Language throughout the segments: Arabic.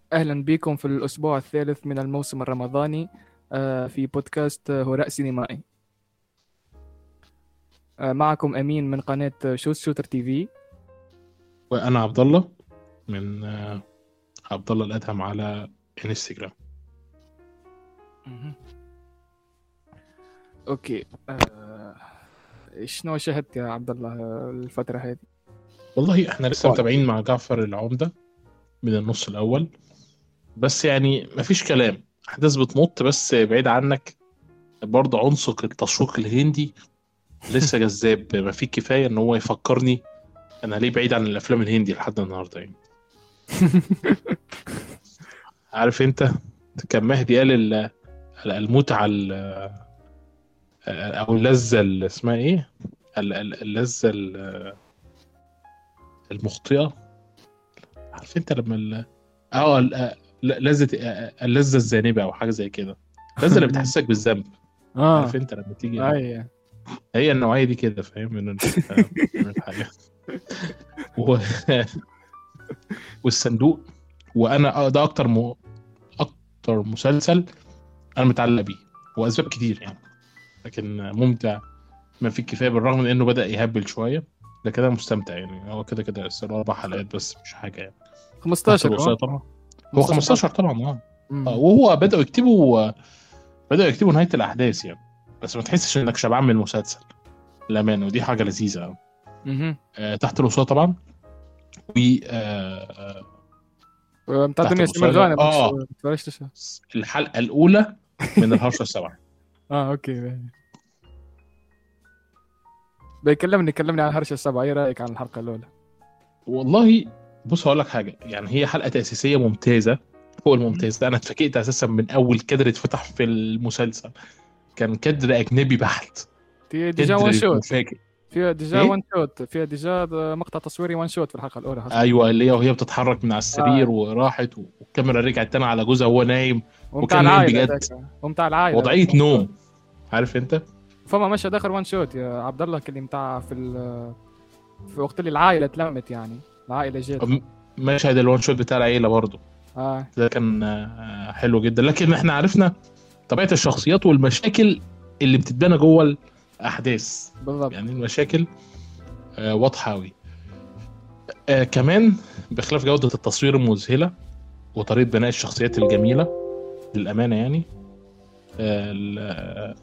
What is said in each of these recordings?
أهلا بكم في الأسبوع الثالث من الموسم الرمضاني في بودكاست هراء سينمائي. معكم أمين من قناة شوتر تي في. وانا عبد الله من عبد الله الادهم على انستجرام. مهم. أوكي. شنو شاهدت يا عبد الله الفترة هذه؟ والله احنا لسه متابعين مع جعفر العمدة من النص الاول، بس يعني مفيش كلام، احداث بتمط بس بعيد عنك. برضه عنصر التشويق الهندي لسه جذاب، ما فيه كفايه ان هو يفكرني انا ليه بعيد عن الافلام الهندي لحد النهارده يعني. عارف انت، كان مهدي قال المتعه او اللذه اللي اسمها ايه، اللذه المخطئه. عارف انت لما اللذة الذانبة او حاجة زي كده، اللذة اللي بتحسسك بالذنب. عارف انت لما تيجي أي. هي النوعية دي كده، فاهم من الحاجة و... والصندوق. وانا ده اكتر مسلسل انا متعلق بيه، واسباب كتير يعني، لكن ممتع ما فيه الكفاية، بالرغم من انه بدأ يهبل شوية، لكن انا مستمتع يعني. هو كده لسه 4 حلقات بس، مش حاجة يعني. تحت 15 الوصاية طبعا. هو 15 15 حلقة. طبعا، اه. مم. وهو بدأوا يكتبوا نهاية الأحداث يعني، بس ما تحسش إنك شبعان من المسلسل للأمانة، ودي حاجة لذيذة. مهم. تحت الوصاية طبعا. و بتاع تحت دنيا سمير الوصاية ده غانم ما تفرجتش. الحلقة الأولى من الهرشة السبعة. أوكي. كلمني عن هرشة السبعة. إيه رأيك عن الحلقة الأولى؟ والله بص هقول لك حاجة، يعني هي حلقة تأسيسية ممتازة فوق مم. الممتاز. أنا اتفاجئت أساسا من أول كادر اتفتح في المسلسل، كان كادر أجنبي بحت، ديجا وان كادر شوت. مفاجئ. فيها ديجا إيه؟ وان شوت، فيها ديجا مقطع تصويري وان شوت في الحلقة الأولى أصلا. ايوه، اللي هي وهي بتتحرك من على آه. السرير وراحت، والكاميرا رجعت تاني على جوزها وهو نايم، ومتاع وكان نايم العائلة بجد، ذاك. ومتاع العائلة ذاك وضعية وان شوت. نوم. عارف انت. فما مشهد آخر وان شوت يا عبد الله اللي متاع في وقت اللي العائلة تلمت، يعني العائلة جات. مشهد الوان شوت بتاع العيلة برضو، آه. ده كان حلو جدا. لكن احنا عرفنا طبيعة الشخصيات والمشاكل اللي بتتبنى جوه الأحداث، بالضبط. يعني المشاكل واضحة أوي. كمان بخلاف جودة التصوير المذهلة وطريقة بناء الشخصيات الجميلة للأمانة يعني، ال-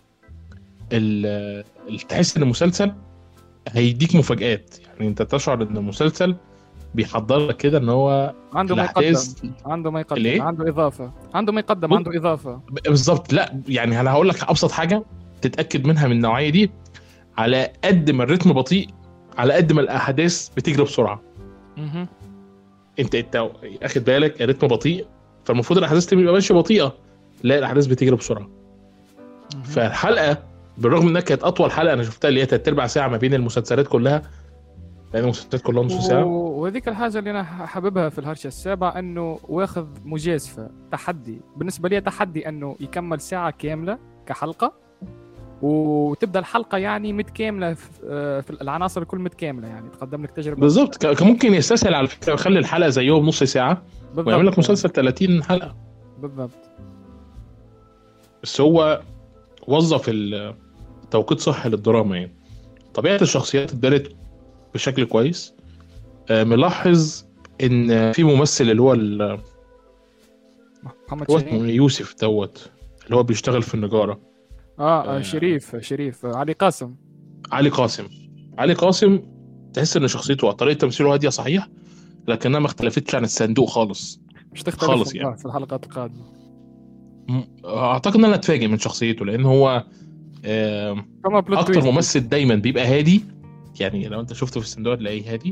تحس ان المسلسل هيديك مفاجآت، يعني انت تشعر ان المسلسل بيحضر لك كده ان هو عنده ما يقدم. الاحداث عنده ما يقدم، الايه. عنده إضافة. عنده ما يقدم، عنده إضافة. بالظبط. لا يعني انا هقول لك ابسط حاجه تتاكد منها من النوعيه دي، على قد ما الريتم بطيء على قد ما الاحداث بتجري بسرعه. مهم. انت اخد بالك الريتم بطيء، فالمفروض الاحداث تبقى ماشيه بطيئه، لا الاحداث بتجري بسرعه. مهم. فالحلقه بالرغم انها كانت اطول حلقه انا شفتها، اللي هي 3/4 ساعه ما بين المسلسلات كلها، لان المسلسلات كلها نص ساعه. وهذيك الحاجة اللي أنا حاببها في الهرشة السابعة، أنه واخذ مجازفة تحدي. بالنسبة لي تحدي أنه يكمل ساعة كاملة كحلقة، وتبدا الحلقه يعني متكامله في العناصر الكل متكامله، يعني تقدم لك تجربه بالظبط، كان ممكن يستسهل على فكره ويخلي الحلقه زيهم نص ساعه ويعمل بالضبط. لك مسلسل 30 حلقه. بالضبط. بس هو وظف التوقيت صح للدراما يعني. طبيعه الشخصيات اتبنت بشكل كويس. ملاحظ ان في ممثل اللي هو محمد هو شاهين. اسمه يوسف دوت، اللي هو بيشتغل في النجاره. آه، شريف علي قاسم. علي قاسم. علي قاسم تحس ان شخصيته طريقه تمثيله هاديه صحيح، لكنها ما اختلفتش عن الصندوق خالص. مش تختلف خالص يعني. والله في الحلقات القادمه. اعتقد ان انا اتفاجئ من شخصيته، لان هو فما بلوت اكتر تويست. ممثل دايما بيبقى هادي، يعني لو انت شفته في الصندوق تلاقيه هادي،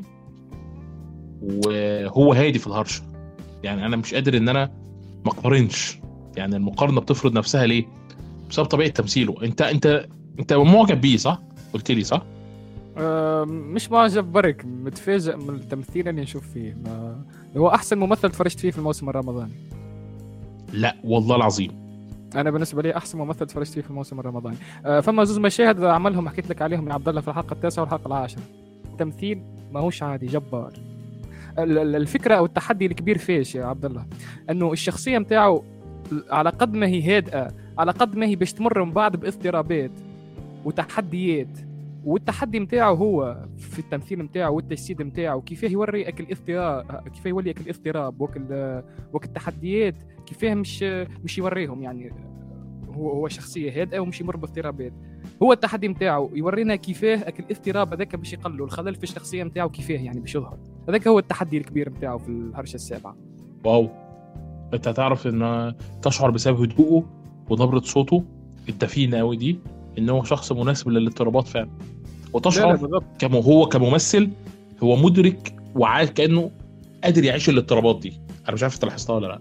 وهو هادي في الهرشه. يعني انا مش قادر ان انا ما اقارنش، يعني المقارنه بتفرض نفسها ليه؟ بسبب طبيعه تمثيله. انت معجب بيه صح؟ قلت لي صح. مش معجب برك، متفاجئ من التمثيل اللي نشوف فيه. هو احسن ممثل تفرجت فيه في الموسم الرمضاني. لا والله العظيم. انا بالنسبه لي احسن ممثل تفرجت فيه في الموسم الرمضاني. فما زوز مشاهد عملهم حكيت لك عليهم يا عبد الله في الحلقه التاسعه والحلقه العاشره. التمثيل ماهوش عادي، جبار. الفكره او التحدي الكبير فيش يا عبد الله، انه الشخصيه متاعه على قد ما هي هادئه، على قد ما هي باش تمر من بعد باضطرابات وتحديات. والتحدي متاعه هو في التمثيل متاعه والتجسيد متاعه، كيفاه يوري اكل الاضطراب، كيفاه يولي اكل الاضطراب وكل التحديات، كيفاه مش يوريهم يعني. هو شخصيه هادئه ومش يمر باضطرابات. هو التحدي متاعه يورينا كيفاه اكل الاضطراب هذاك باش يقلوا الخلل في الشخصيه متاعه، كيفاه يعني باش يظهر. هذاك هو التحدي الكبير متاعه في الهرشه السابعه. واو، انت هتعرف ان تشعر بسبب هدوءه ونبرة صوته الدفينة قوي دي ان هو شخص مناسب للاضطرابات فعلا. وتشعر هو كممثل هو مدرك وعارف كأنه قادر يعيش الاضطرابات دي. انا مش عارف انت لاحظتها ولا لا.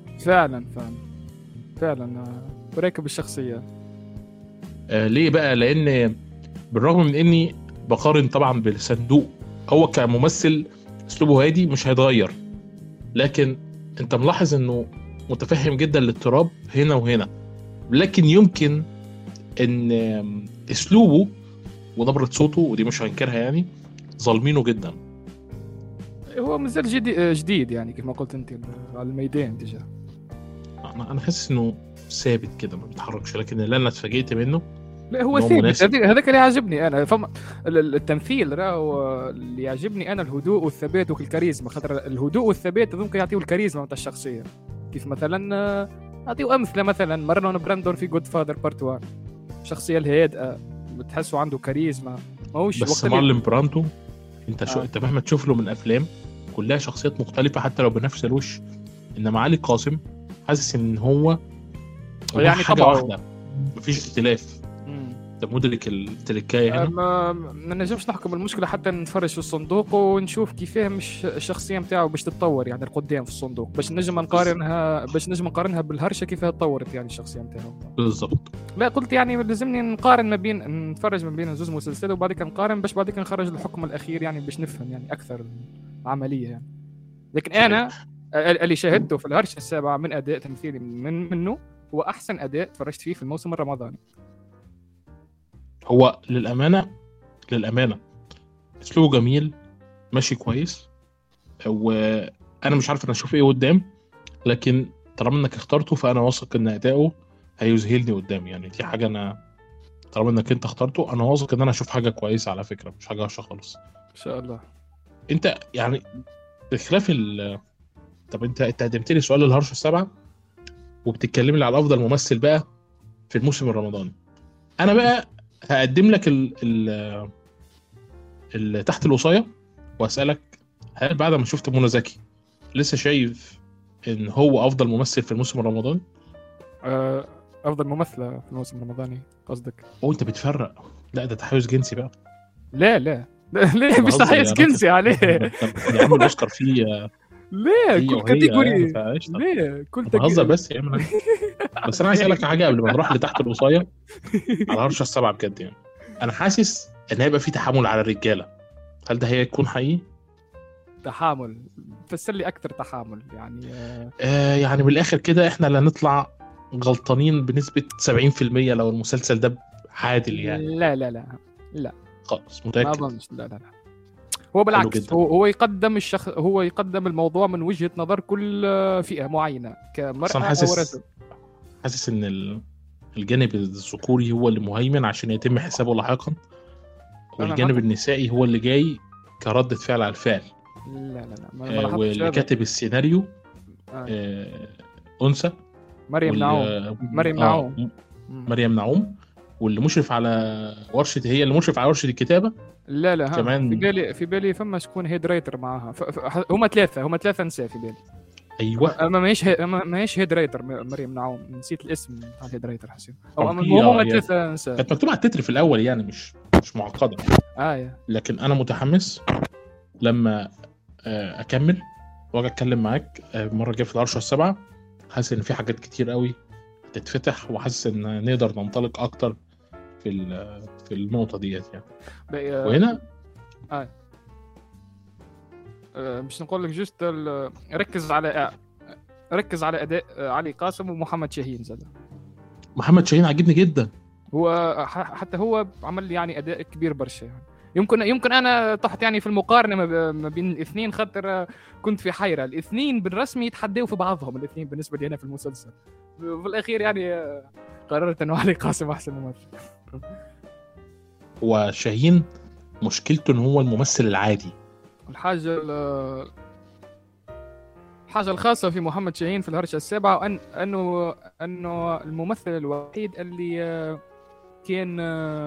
فعلا راكب الشخصية. ليه بقى؟ لان بالرغم من اني بقارن طبعا بالصندوق، هو كممثل اسلوبه هادي مش هيتغير، لكن انت ملاحظ انه متفهم جدا الاضطراب هنا وهنا، لكن يمكن ان اسلوبه ونبرة صوته ودي مش هنكرها يعني ظالمينه جدا. هو مازال جديد يعني كيف ما قلت انت على الميدان تجاه. انا حاسس انه ثابت كده ما بيتحركش، لكن اللي انا اتفاجئت منه لا هو ثابت. هذاك اللي يعجبني انا. فما التمثيل راهو اللي يعجبني انا الهدوء والثبات والكاريزما، خاطر الهدوء والثبات ممكن يعطيو الكاريزما نتاع الشخصيه. كيف مثلا اعطيو امثله، مثلا مارلون براندون في جود فادر بارت 1، الشخصيه الهادئه بتحسه عنده كاريزما. ماهوش بس مارلون براندو انت مهما تشوف له من افلام كلها شخصيات مختلفه حتى لو بنفس الوش. انما علي قاسم حاسس ان هو يعني حاجه طبعا واحده مفيش اختلاف. انت مدرك التركايه هنا. ما نجمش نحكم المشكله حتى نتفرج في الصندوق ونشوف كيفاه مش الشخصيه نتاعو باش تتطور يعني القدام في الصندوق، باش نجم نقارنها بالهرشه كيفاه تطورت يعني الشخصيه نتاعو بالضبط. لا قلت يعني لازمني نقارن ما بين، نتفرج ما بين زوج مسلسلات وبعد كده نقارن باش بعد كده نخرج الحكم الاخير يعني باش نفهم يعني اكثر العمليه يعني. لكن انا اللي شاهدته في الهرشه السابعه من اداء تمثيلي منه هو احسن اداء تفرجت فيه في الموسم الرمضاني. هو للامانه اسلوبه جميل ماشي كويس، وانا مش عارف انا اشوف ايه قدام، لكن طالما انك اخترته فانا واثق ان اداؤه هيذهلني قدام. يعني دي حاجه انا طالما انك انت اخترته انا واثق ان انا اشوف حاجه كويسه على فكره، مش حاجه وحشه خالص ان شاء الله. انت يعني بخلاف طب انت قدمت لي سؤال الهرشه السابعه وبتتكلم لي على افضل ممثل بقى في الموسم الرمضاني. انا بقى هقدم لك تحت الوصايه واسالك، هل بعد ما شفت منى زكي لسه شايف ان هو افضل ممثل في الموسم الرمضاني؟ افضل ممثله في الموسم الرمضاني قصدك؟ انت بتفرق؟ لا ده تحيز جنسي بقى. لا ليه مش تحيز جنسي عليه؟ يا عم الاوسكار فيه ليه كل كاتيجوري يعني ليه كل بهزر بس يا عم. بس انا عايز اسالك حاجه قبل ما نروح لتحت الوصايه على الهرشه السابعه بجد. يعني انا حاسس ان هيبقى في تحامل على الرجاله، هل ده هيكون حقيقي؟ تحامل؟ فسر لي اكثر تحامل يعني. يعني بالاخر كده احنا اللي هنطلع غلطانين بنسبه 70% لو المسلسل ده عادل يعني. لا خالص متاكد؟ ما اظنش. لا هو بالعكس، هو يقدم الموضوع من وجهة نظر كل فئة معينة كمرأة أو رجل. حاسس ان الجانب الذكوري هو اللي مهيمن عشان يتم حسابه لاحقا، والجانب النسائي هو اللي جاي كردة فعل على الفعل. لا واللي كاتب السيناريو أنثى مريم نعوم، واللي مشرف على ورشة، هي اللي مشرف على ورشة الكتابة. لا كمان في بالي فما شكون هيد رايتر معاها. هما ثلاثة نساء في بالي. ايوه ماهيش هيد رايتر مريم نعوم، نسيت الاسم تاع الهيد رايتر حسين. هما ثلاثة نساء. كانت مكتوبة على التتر في الأول يعني مش معقدة. لكن أنا متحمس لما أكمل واجي أتكلم معاك مرة جاية في الهرشة السابعة. حاسس إن في حاجات كتير قوي تتفتح، وحاسس إن نقدر ننطلق أكتر في النقطة ديت يعني. وهنا مش نقول لك جوست ركز على اداء علي قاسم ومحمد شاهين. محمد شاهين عجبني جدا. هو حتى هو عمل يعني اداء كبير برشا يعني. يمكن انا طحت يعني في المقارنه ما بين الاثنين، خاطر كنت في حيره. الاثنين بالرسمي يتحدوا في بعضهم الاثنين بالنسبه لي انا في المسلسل. في الاخير يعني قررت انه علي قاسم احسن ممثل. وشاهين مشكلته ان هو الممثل العادي. الحاجه الخاصه في محمد شاهين في الهرشة السابعة انه الممثل الوحيد اللي كان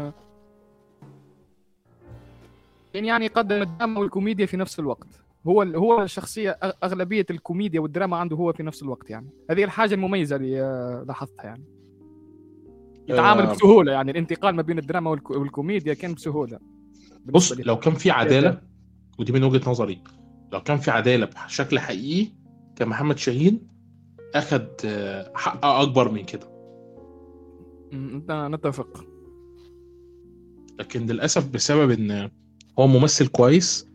يعني قدم الدراما والكوميديا في نفس الوقت. هو الشخصيه اغلبيه الكوميديا والدراما عنده هو في نفس الوقت. يعني هذه الحاجه المميزه اللي لاحظتها. يعني يتعامل بسهوله، يعني الانتقال ما بين الدراما والكوميديا كان بسهوله. بص، لو كان في عداله، ودي من وجهه نظري، لو كان في عداله بشكل حقيقي كان محمد شاهين اخد حقه اكبر من كده. نتفق. لكن للاسف بسبب ان هو ممثل كويس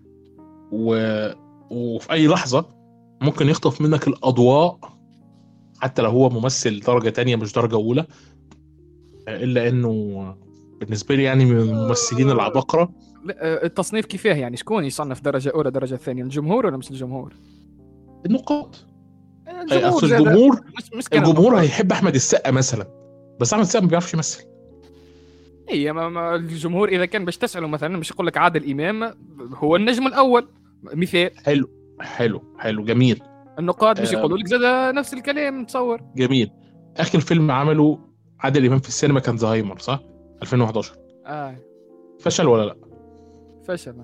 وفي اي لحظه ممكن يخطف منك الاضواء، حتى لو هو ممثل درجه تانية مش درجه اولى، الا انه بالنسبه لي يعني من الممثلين العباقره. التصنيف كيفاه يعني؟ شكون يصنف درجه اولى درجه ثانيه؟ الجمهور ولا مش الجمهور؟ النقاد. الجمهور هيحب احمد السقا مثلا، بس احمد السقا ما بيعرفش يمثل. ما الجمهور اذا كان باش تساله مثلا مش يقول لك عادل امام هو النجم الاول مثال. حلو جميل. النقاد مش يقولوا لك زاد نفس الكلام. تصور جميل. اخر فيلم عمله عادل امام في السينما كان زهايمر، صح؟ 2011. فشل ولا لا؟ فشل.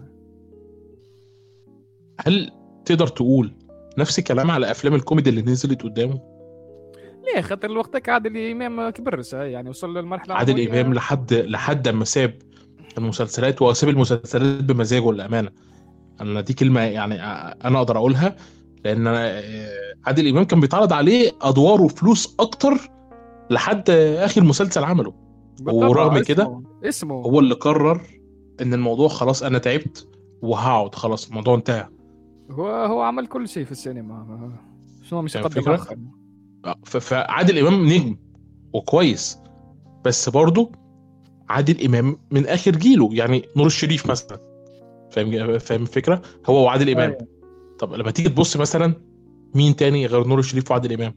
هل تقدر تقول نفس الكلام على افلام الكوميدي اللي نزلت قدامه؟ ليه؟ خاطر وقتك عادل امام كبر يعني وصل للمرحله عادل امام لحد اما ساب المسلسلات، وساب المسلسلات بمزاجه للامانه. انا دي كلمه يعني انا اقدر اقولها، لان عادل امام كان بيتعرض عليه ادوار وفلوس اكتر لحد اخر مسلسل عمله. ورغم كده اسمه هو اللي قرر ان الموضوع خلاص انا تعبت وهقعد، خلاص الموضوع انتهى. هو عمل كل شيء في السينما، شو مش يقدم اخر. فعادل امام نجم وكويس، بس برضه عادل امام من اخر جيله. يعني نور الشريف مثلا، فاهم الفكره؟ هو وعادل امام. طب لما تيجي تبص مثلا مين تاني غير نور الشريف وعادل امام؟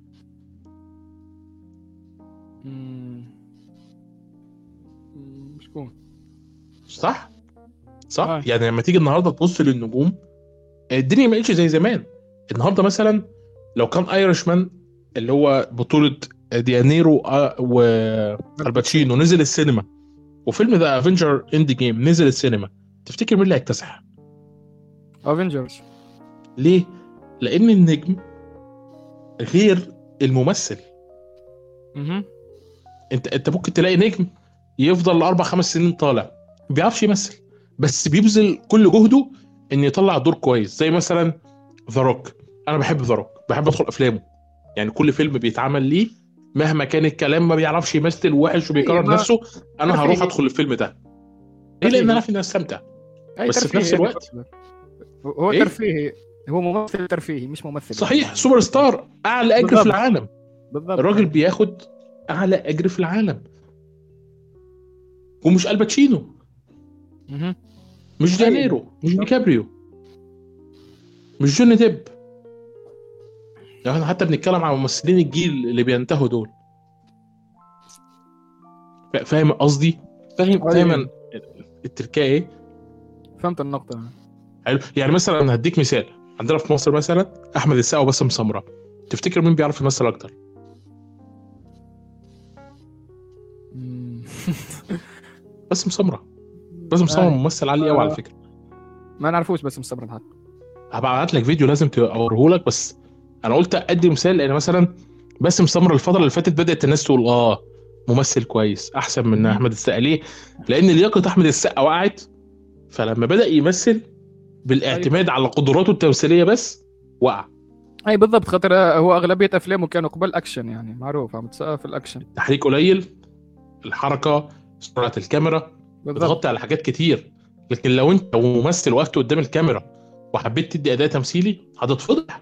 شكون؟ صح يعني لما تيجي النهارده تبص للنجوم، الدنيا ما بقتش زي زمان. النهارده مثلا لو كان ايرشمان اللي هو بطولة ديانيرو والباتشينو نزل السينما، وفيلم ذا افنجر اند جيم نزل السينما، تفتكر مين اللي هيكتسح؟ افنجرز. ليه؟ لان النجم غير الممثل. انت ممكن تلاقي نجم يفضل 4-5 سنين طالع ما بيعرفش يمثل، بس بيبذل كل جهده ان يطلع دور كويس. زي مثلا ذا روك. انا بحب ذا روك، بحب ادخل افلامه. يعني كل فيلم بيتعمل ليه مهما كان الكلام ما بيعرفش يمثل ووحش وبيكرر نفسه، انا هروح ادخل الفيلم ده. ليه؟ لان انا عارف اني استمتع. بس في نفس الوقت هو ترفيهي، هو ممثل ترفيهي مش ممثل. صحيح، سوبر ستار، اعلى اجر في العالم. بالضبط. الراجل بياخد اعلى اجر في العالم، ومش الباتشينو، مش دانيرو، مش ديكابريو، مش جوني ديب. يعني حتى بنتكلم عن ممثلين الجيل اللي بينتهوا دول. فاهم قصدي؟ فاهم التركية ايه؟ فهمت النقطة. حلو. يعني مثلا هديك مثال، عندنا في مصر مثلا احمد السقا وباسم سمرة، تفتكر مين بيعرف يمثل اكتر؟ باسم سمرة. باسم سمرة ممثل عالي قوي على فكرة. ما نعرفوش باسم سمرة الحق. هبعت لك فيديو لازم اوريه لك، بس انا قلت ادي مثال لان مثلا باسم سمرة الفترة اللي فاتت بدأت الناس تقول ممثل كويس احسن من احمد السقا. ليه؟ لان لياقة احمد السقا وقعت، فلما بدأ يمثل بالاعتماد على قدراته التمثيلية بس وقع. اي بالضبط، خاطر هو اغلبية افلامه كانوا قبل اكشن، يعني معروف عم تسقى في الاكشن، التحريك قليل، الحركة، سرعة الكاميرا، بتغطي على حاجات كتير. لكن لو انت ممثل وقفت قدام الكاميرا وحبيت تدي اداء تمثيلي هتتفضح.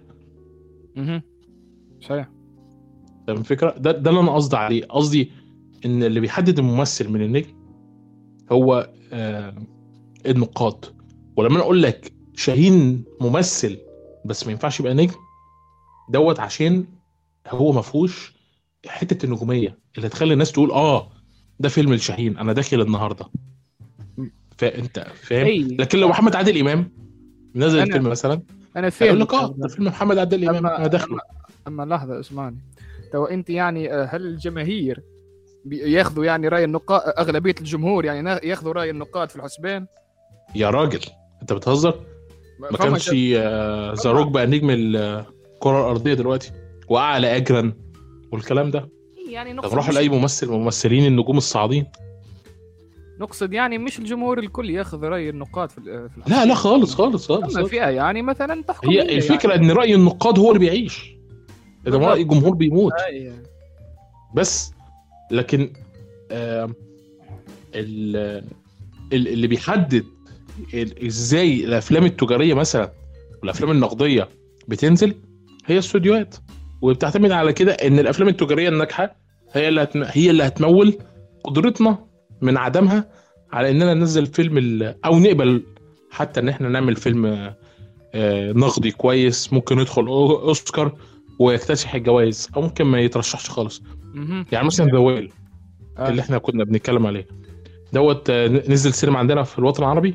صحيح. فاهم الفكرة؟ ده اللي انا قصدي عليه. قصدي ان اللي بيحدد الممثل من النجم هو النقاد. ولما انا اقول لك شاهين ممثل بس ما ينفعش يبقى نجم، دوت عشان هو ما فيهوش حته النجوميه اللي تخلي الناس تقول ده فيلم لشاهين انا داخل النهارده. فانت فاهم. اي لكن لو محمد عادل امام نزل انا الفيلم مثلا، انا هيقول فاهم لك الكلام ده ده. فيلم محمد عادل امام انا اما داخله. اما لحظه اسمعني. تو انت يعني هل الجماهير ياخذوا يعني راي النقاد، اغلبيه الجمهور يعني ياخذوا راي النقاد في الحسبان؟ يا راجل انت بتهزر. ما فما كانش ذا روك فما بقى نجم الكره الارضيه دلوقتي واعلى اجرا والكلام ده؟ يعني طب نقصد روحوا مش لاي ممثل من الممثلين النجوم الصاعدين. نقصد يعني مش الجمهور الكل ياخذ راي النقاد في لا لا الحسبان. خالص خالص خالص اما خالص. فئه يعني مثلا تحكم هي هي يعني. الفكره ان راي النقاد هو اللي بيعيش، ده راي بالضبط. الجمهور بيموت. اي بس لكن آه اللي بيحدد ازاي الافلام التجاريه مثلا والافلام النقديه بتنزل هي استوديوهات، وبتعتمد على كده ان الافلام التجاريه الناجحه هي اللي هتمول قدرتنا من عدمها على اننا ننزل فيلم او نقبل حتى ان احنا نعمل فيلم نقدي كويس ممكن يدخل اوسكار ويكتسح الجوائز، او ممكن ما يترشحش خالص. مهم. يعني مثلا ذا ويل آه. اللي احنا كنا بنتكلم عليه دوت نزل سينما عندنا في الوطن العربي.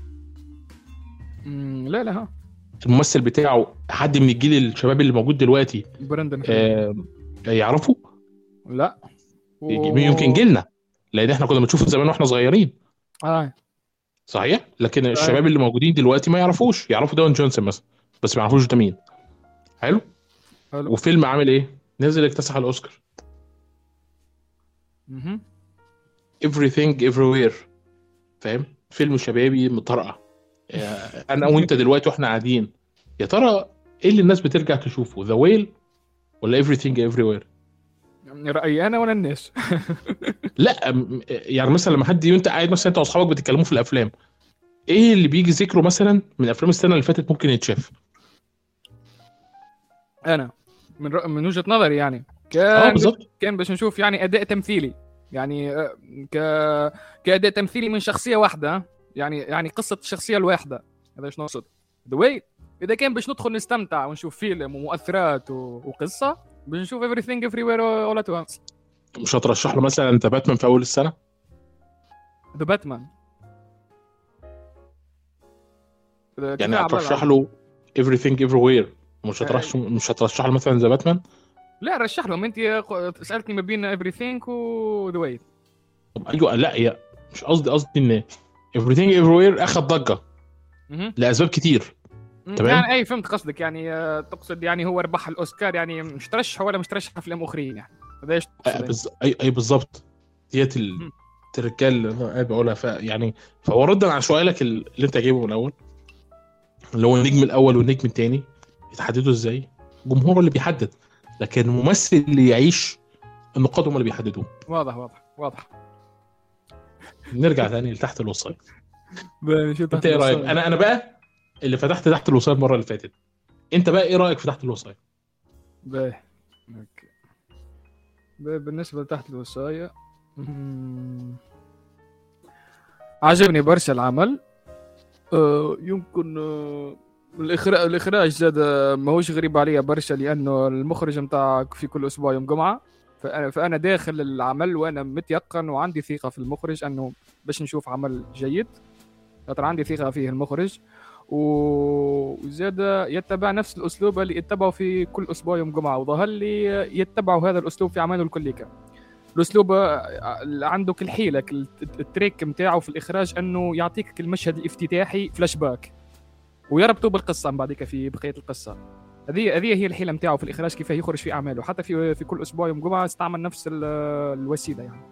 لا لا ها الممثل بتاعه حد من الجيل الشباب اللي موجود دلوقتي براندن فريد. يعرفه؟ لا يمكن جيلنا، لان احنا كنا بنشوفه زمان واحنا صغيرين. اه صحيح، لكن صحيح. الشباب اللي موجودين دلوقتي ما يعرفوش، يعرفوا دون جونسون مثلا بس ما يعرفوش ده مين. حلو. حلو. وفيلم عامل ايه؟ نزل اكتسح الاوسكار. مهم. everything everywhere. فاهم؟ فيلم شبابي مطرقع. انا وانت دلوقتي واحنا قاعدين، يا ترى ايه اللي الناس بترجع تشوفه، ذا ويل ولا everything everywhere؟ يعني رأيي انا ولا الناس؟ لا يعني مثلا لما حد وانت قاعد مثلا انت واصحابك بتتكلموا في الافلام، ايه اللي بيجي ذكره مثلا من افلام السنه اللي فاتت ممكن يتشاف؟ انا من وجهة نظري يعني كان بالظبط. كان باش نشوف يعني اداء تمثيلي، يعني ك كاداء تمثيلي من شخصيه واحده، يعني قصه الشخصيه الواحده. هذا ايش نقصد ذا واي. اذا كان باش ندخل نستمتع ونشوف فيلم ومؤثرات وقصه، باش نشوف everything everywhere all at once. مش هترشح له مثلا انت باتمان في اول السنه؟ ذا باتمان يعني هترشح له everything everywhere، مش هترشح له مثلا ذا باتمان؟ لا رشح لهم. انت سالتني ما بين everything و ذا واي. طب ايوه، لا يا مش قصدي ان everything everywhere اخد ضجه لاسباب كتير. تمام. يعني اي فهمت قصدك، يعني تقصد يعني هو ربح الاوسكار يعني مش ترشح ولا مش ترشح افلام اخرين يعني. هذا ايش تقصد؟ اي بالظبط. ديت التركال اللي انا قاعد بقولها يعني فهو ردا على سؤالك اللي انت جايبه من الاول، اللي هو النجم الاول والنجم الثاني يتحددوا ازاي؟ الجمهور اللي بيحدد، لكن الممثل اللي يعيش النقاد هم اللي بيحددوه. واضح. نرجع تاني لتحت الوصاية. انت ايه رايك؟ انا بقى اللي فتحت تحت الوصاية المره اللي فاتت، انت بقى ايه رايك في تحت الوصاية؟ باهي اوكي. بالنسبه لتحت الوصاية عجبني برشا العمل. يمكن الاخراج زاد ماهوش غريب عليا برشا، لانه المخرج متاعك في كل اسبوع يوم جمعه. فانا داخل العمل وانا متيقن وعندي ثقه في المخرج انه باش نشوف عمل جيد. خاطر عندي ثقه فيه المخرج، وزاد يتبع نفس الاسلوب اللي يتبعه في كل اسبوع يوم جمعه، وظهر لي يتبعوا هذا الاسلوب في اعماله الكليكه. الاسلوب عندك الحيله التريك نتاعو في الاخراج انه يعطيك المشهد الافتتاحي فلاش باك ويربطه بالقصه من بعدك في بقيه القصه. هذه هي الحيله نتاعو في الاخراج، كيف يخرج في اعماله. حتى في كل اسبوع يوم جمعه استعمل نفس الوسيله يعني.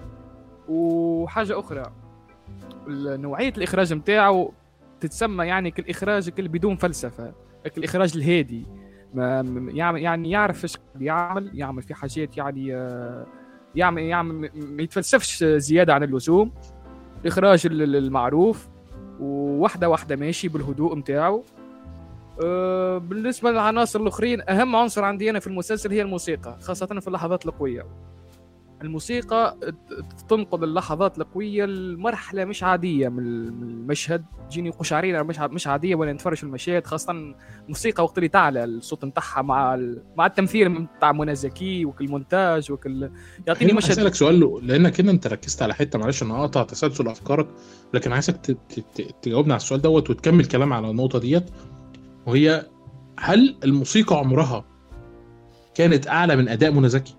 وحاجه اخرى، نوعيه الاخراج نتاعو تتسمى يعني كالاخراج بدون فلسفه، الاخراج الهادي. يعني يعرف ايش يعمل في حاجات يعني ما يتفلسفش زياده عن اللزوم. الاخراج المعروف وواحده ماشي بالهدوء نتاعو. بالنسبه للعناصر الاخرين، اهم عنصر عندي انا في المسلسل هي الموسيقى، خاصه في اللحظات القويه. الموسيقى تنقل اللحظات القويه لمرحله مش عاديه من المشهد، تجيني قشعريره مش عاديه وانا نتفرج في المشاهد، خاصه الموسيقى وقت اللي تعلى الصوت نتاعها مع التمثيل نتاع منى زكي وكل مونتاج وكل يعطيني هنا مشهد. هسألك سؤال، لأنك كده أنت ركزت على حتة، معلش أنا أقطع تسلسل أفكارك، لكن عايزك تجاوبنا على السؤال دوت وتكمل كلام على النقطة ديت، وهي هل الموسيقى عمرها كانت أعلى من أداء منى زكي؟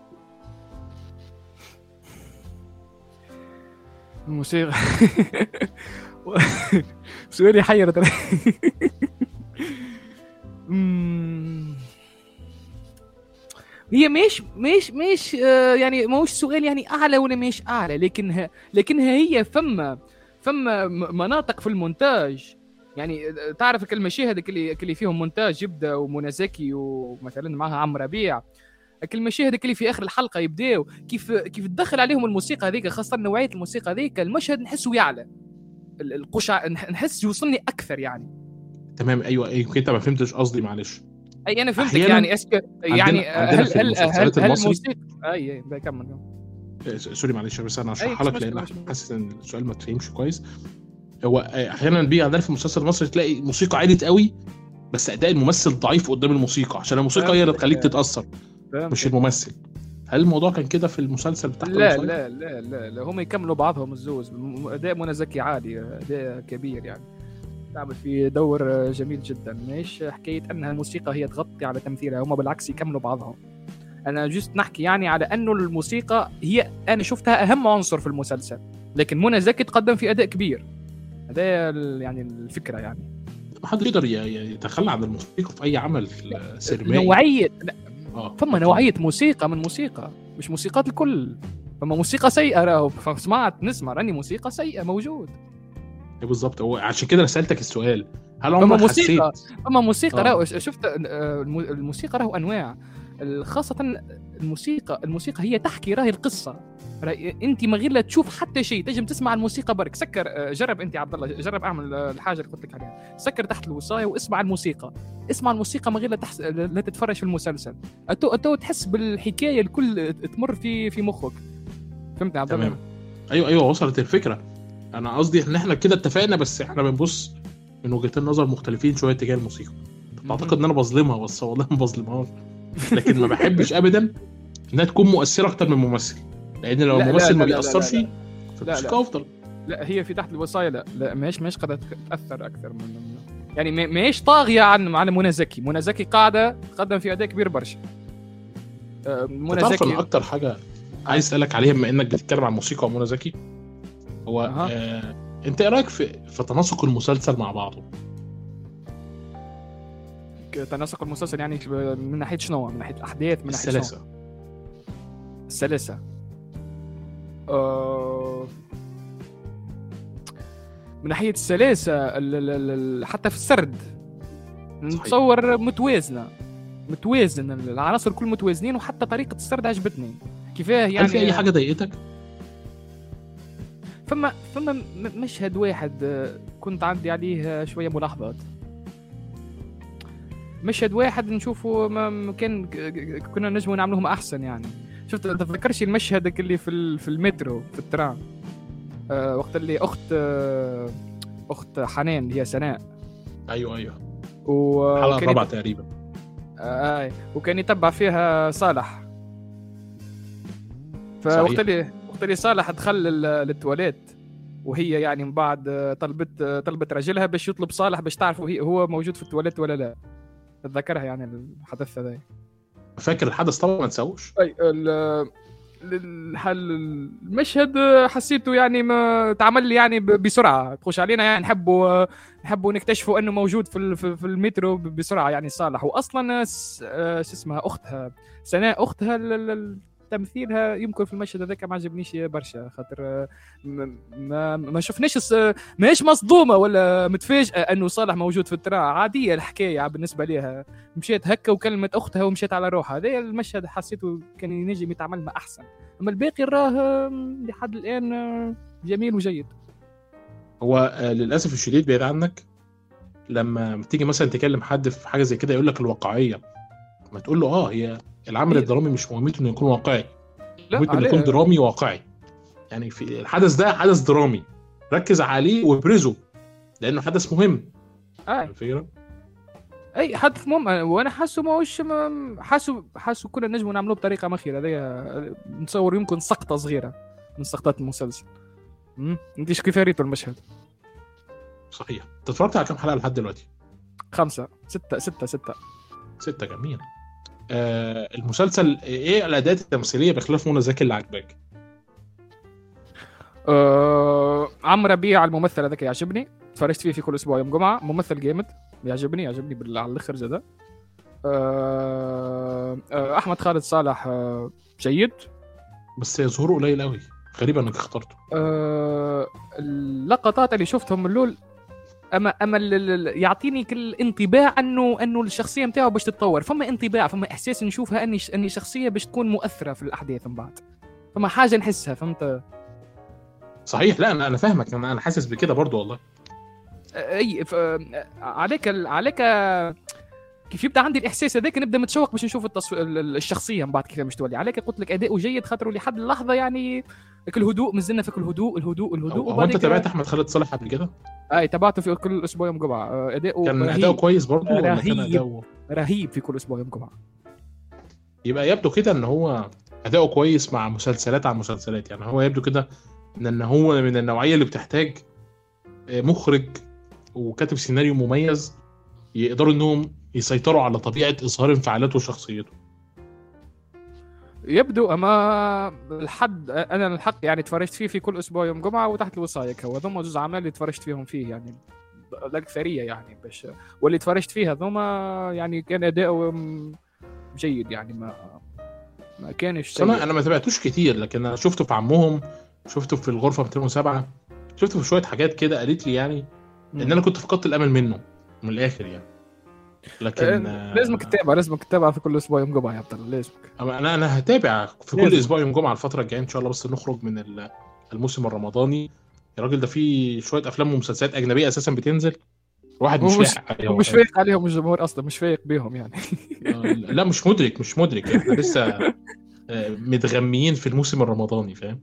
الموسيقى سؤالي حير ترى. هي مش يعني موش سؤال يعني اعلى ولا مش اعلى، لكنها هي فما مناطق في المونتاج، يعني تعرف المشاهد اللي فيهم مونتاج يبدا ومنى زكي ومثلا معها عمرو ربيع، المشاهد اللي في اخر الحلقه يبداو كيف تدخل عليهم الموسيقى هذيك، خاصه نوعيه الموسيقى هذيك المشهد نحسه يعلى القشع، نحس يوصلني اكثر يعني. تمام، أيوة انت ما فهمتش قصدي، معلش. اي انا فهمتك يعني يعني عندنا في المسلسلات المصري الموسيقى اي بكمل. سوري معلش، بس انا هشرحها لك لان حاسس ان السؤال ما تفهمش كويس. هو احيانا بيجي عندنا في المسلسل المصري تلاقي موسيقى عاليه قوي بس اداء الممثل ضعيف قدام الموسيقى، عشان الموسيقى هي اللي تخليك تتاثر مش الممثل. هل الموضوع كان كده في المسلسل بتاع لا لا لا لا لا، هم يكملوا بعضهم الزوز، اداء منى زكي عالي، اداء كبير يعني، تعمل في دور جميل جدا، مش حكايه انها الموسيقى هي تغطي على تمثيلها، هم بالعكس يكملوا بعضهم. انا جست نحكي يعني على انه الموسيقى هي انا شفتها اهم عنصر في المسلسل، لكن منى زكي تقدم في اداء كبير، هذا يعني الفكره يعني. ما حد يقدر يتخلى عن الموسيقى في اي عمل سينمائي. نوعيه فما نوعيه موسيقى من موسيقى، مش موسيقات الكل، فما موسيقى سيئه راهو، نسمع راني موسيقى سيئه موجود بالضبط. هو عشان كده سألتك السؤال، هل عمرك حسيت اما موسيقى راهو شفت الموسيقى راهو انواع، خاصه الموسيقى هي تحكي راهي القصه، انت ما غير لا تشوف حتى شيء تنجم تسمع الموسيقى برك. سكر جرب انت عبد الله، جرب اعمل الحاجه اللي قلت لك عليها، سكر تحت الوصايه واسمع الموسيقى، اسمع الموسيقى ما غير لا تتفرج في المسلسل، اتو تحس بالحكايه الكل تمر في مخك. فهمت يا عبد الله؟ تمام، ايوه وصلت الفكره. انا قصدي ان احنا كده اتفقنا، بس احنا بنبص من وجهتين نظر مختلفين شويه تجاه الموسيقى. اعتقد ان انا بظلمها، بس والله ما بظلمهاش، لكن ما بحبش ابدا انها تكون مؤثره اكتر من ممثل، لان لو الممثل ما بيأثرش فالموسيقى افضل. لا هي في تحت الوصايه لا ماهيش قاعده تاثر اكثر من يعني ماهيش طاغيه عن منى زكي. منى زكي قاعده تقدم في اداء كبير برشا. منى زكي اكتر حاجه عايز اسالك عليها بما انك بتتكلم عن موسيقى ومنى زكي، هو انت ايه رايك في تناسق المسلسل مع بعضه؟ تناسق المسلسل يعني من ناحيه شنو؟ من ناحيه الاحداث، من ناحيه السلاسه من ناحيه السلاسه حتى في السرد نتصور متوازن العناصر كل متوازنين، وحتى طريقه السرد عجبتني كيفاه يعني. هل في اي حاجه ضايقتك؟ فما مشهد واحد كنت عندي عليه شويه ملاحظات، مشهد واحد نشوفه كنا نجموا نعملهم احسن يعني. شفت تذكرش المشهد اللي في المترو في الترام، وقت اللي اخت حنان اللي هي سناء، ايوه الحلقه الرابعه تقريبا، وكان يتبع فيها صالح، فوقت اللي صالح دخل للتواليت، وهي يعني من بعد طلبت رجلها باش يطلب صالح باش تعرفوا هو موجود في التواليت ولا لا. تذكرها يعني الحدث هذا؟ فاكر الحدث طبعا ما تسووش. المشهد حسيته يعني ما تعمل لي يعني بسرعه، تخش علينا يعني نحبوا نكتشفوا انه موجود في المترو بسرعه يعني صالح. واصلا اسمها اختها سناء، اختها تمثيلها يمكن في المشهد هذاك ما عجبنيش برشا، خاطر ما شفناش ماهيش مصدومه ولا متفاجئه انه صالح موجود في الترا، عاديه الحكايه بالنسبه لها، مشيت هكا وكلمت اختها ومشيت على روحها. هذا المشهد حسيته كان ينجم يتعمل مع احسن، اما الباقي راه لحد الان جميل وجيد. هو للاسف الشديد بعيد عنك لما تيجي مثلا تكلم حد في حاجه زي كده يقول لك الواقعيه، ما تقول له هي العمل الدرامي مش مهمته انه يكون واقعي، لا ممكن يكون عليه. درامي واقعي. يعني في الحدث ده حدث درامي، ركز عليه وابرزه لانه حدث مهم. اي الفكره اي حدث مهم، وانا حاسه ما هوش حاسه كنا نجم نعملوه بطريقه مخيره. هذه نتصور يمكن سقطه صغيره من سقطات المسلسل. انت ايش كيف ريتوا المشهد؟ صحيح. انت اتفرجت على كام حلقه لحد دلوقتي؟ 5 6 6 6. 6. جميل. المسلسل ايه الاداءات التمثيليه بخلاف منى زكي اللي عجباك؟ عمرو ربيع الممثل هذاك يعجبني، تفرجت فيه في كل اسبوع يوم جمعه، ممثل جامد، يعجبني على الاخر زاده. احمد خالد صالح جيد. بس ظهوره قليل قوي، غريب انك اخترته. اللقطات اللي شفتهم من لول، اما يعطيني كل انطباع انه الشخصيه نتاعو باش تتطور، فما انطباع، فما احساس نشوفها اني شخصيه باش تكون مؤثره في الاحداث من بعد، فما حاجه نحسها، فهمت؟ صحيح. لا انا فاهمك، انا حاسس بكده برضو والله. اي عليك كيف يبدا عندي الاحساس هذاك، نبدا متشوق باش نشوف الشخصيه من بعد كيف مش تولي. عليك قلت لك اداؤه جيد خاطر لحد اللحظه يعني كل هدوء، مازلنا في كل الهدوء. هو انت تابعت احمد خالد صالح قبل كده؟ اي تابعته في كل اسبوع يوم جمعه. اداؤه كان رهيب. اداؤه كويس برضو ولا كان رهيب اداؤه رهيب في كل اسبوع يوم جمعه. يبقى يبدو كده ان هو اداؤه كويس مع مسلسلات عن مسلسلات. يعني هو يبدو كده ان هو من النوعيه اللي بتحتاج مخرج وكاتب سيناريو مميز يقدروا انهم يسيطروا على طبيعه اظهار انفعالاته وشخصيته. يبدو اما انا الحق يعني تفرجت فيه في كل اسبوع يوم جمعه وتحت الوصاية، هو ذم جزء اعمال اللي تفرجت فيهم فيه يعني الاكثريه يعني باش، واللي تفرجت فيها ذوما يعني كان اداؤه جيد يعني ما كانش سيء. انا ما تابعتوش كتير، لكن انا شفته في عمهم، شفته في الغرفه 207، شفته في شويه حاجات كده قالت لي يعني ان انا كنت فقدت الامل منه من الاخر يعني. لكن لازمك تتابع في كل اسبوع يوم جمعه يا عبد الله، لازمك. انا هتابع في كل لازم. اسبوع يوم جمعه الفتره الجايه ان شاء الله، بس نخرج من الموسم الرمضاني. الراجل ده فيه شويه افلام ومسلسلات اجنبيه اساسا بتنزل، الواحد مش لاحق عليها ومش فايق عليهم الجمهور اصلا، مش فايق بيهم يعني. لا مش مدرك احنا لسه متغميين في الموسم الرمضاني، فاهم؟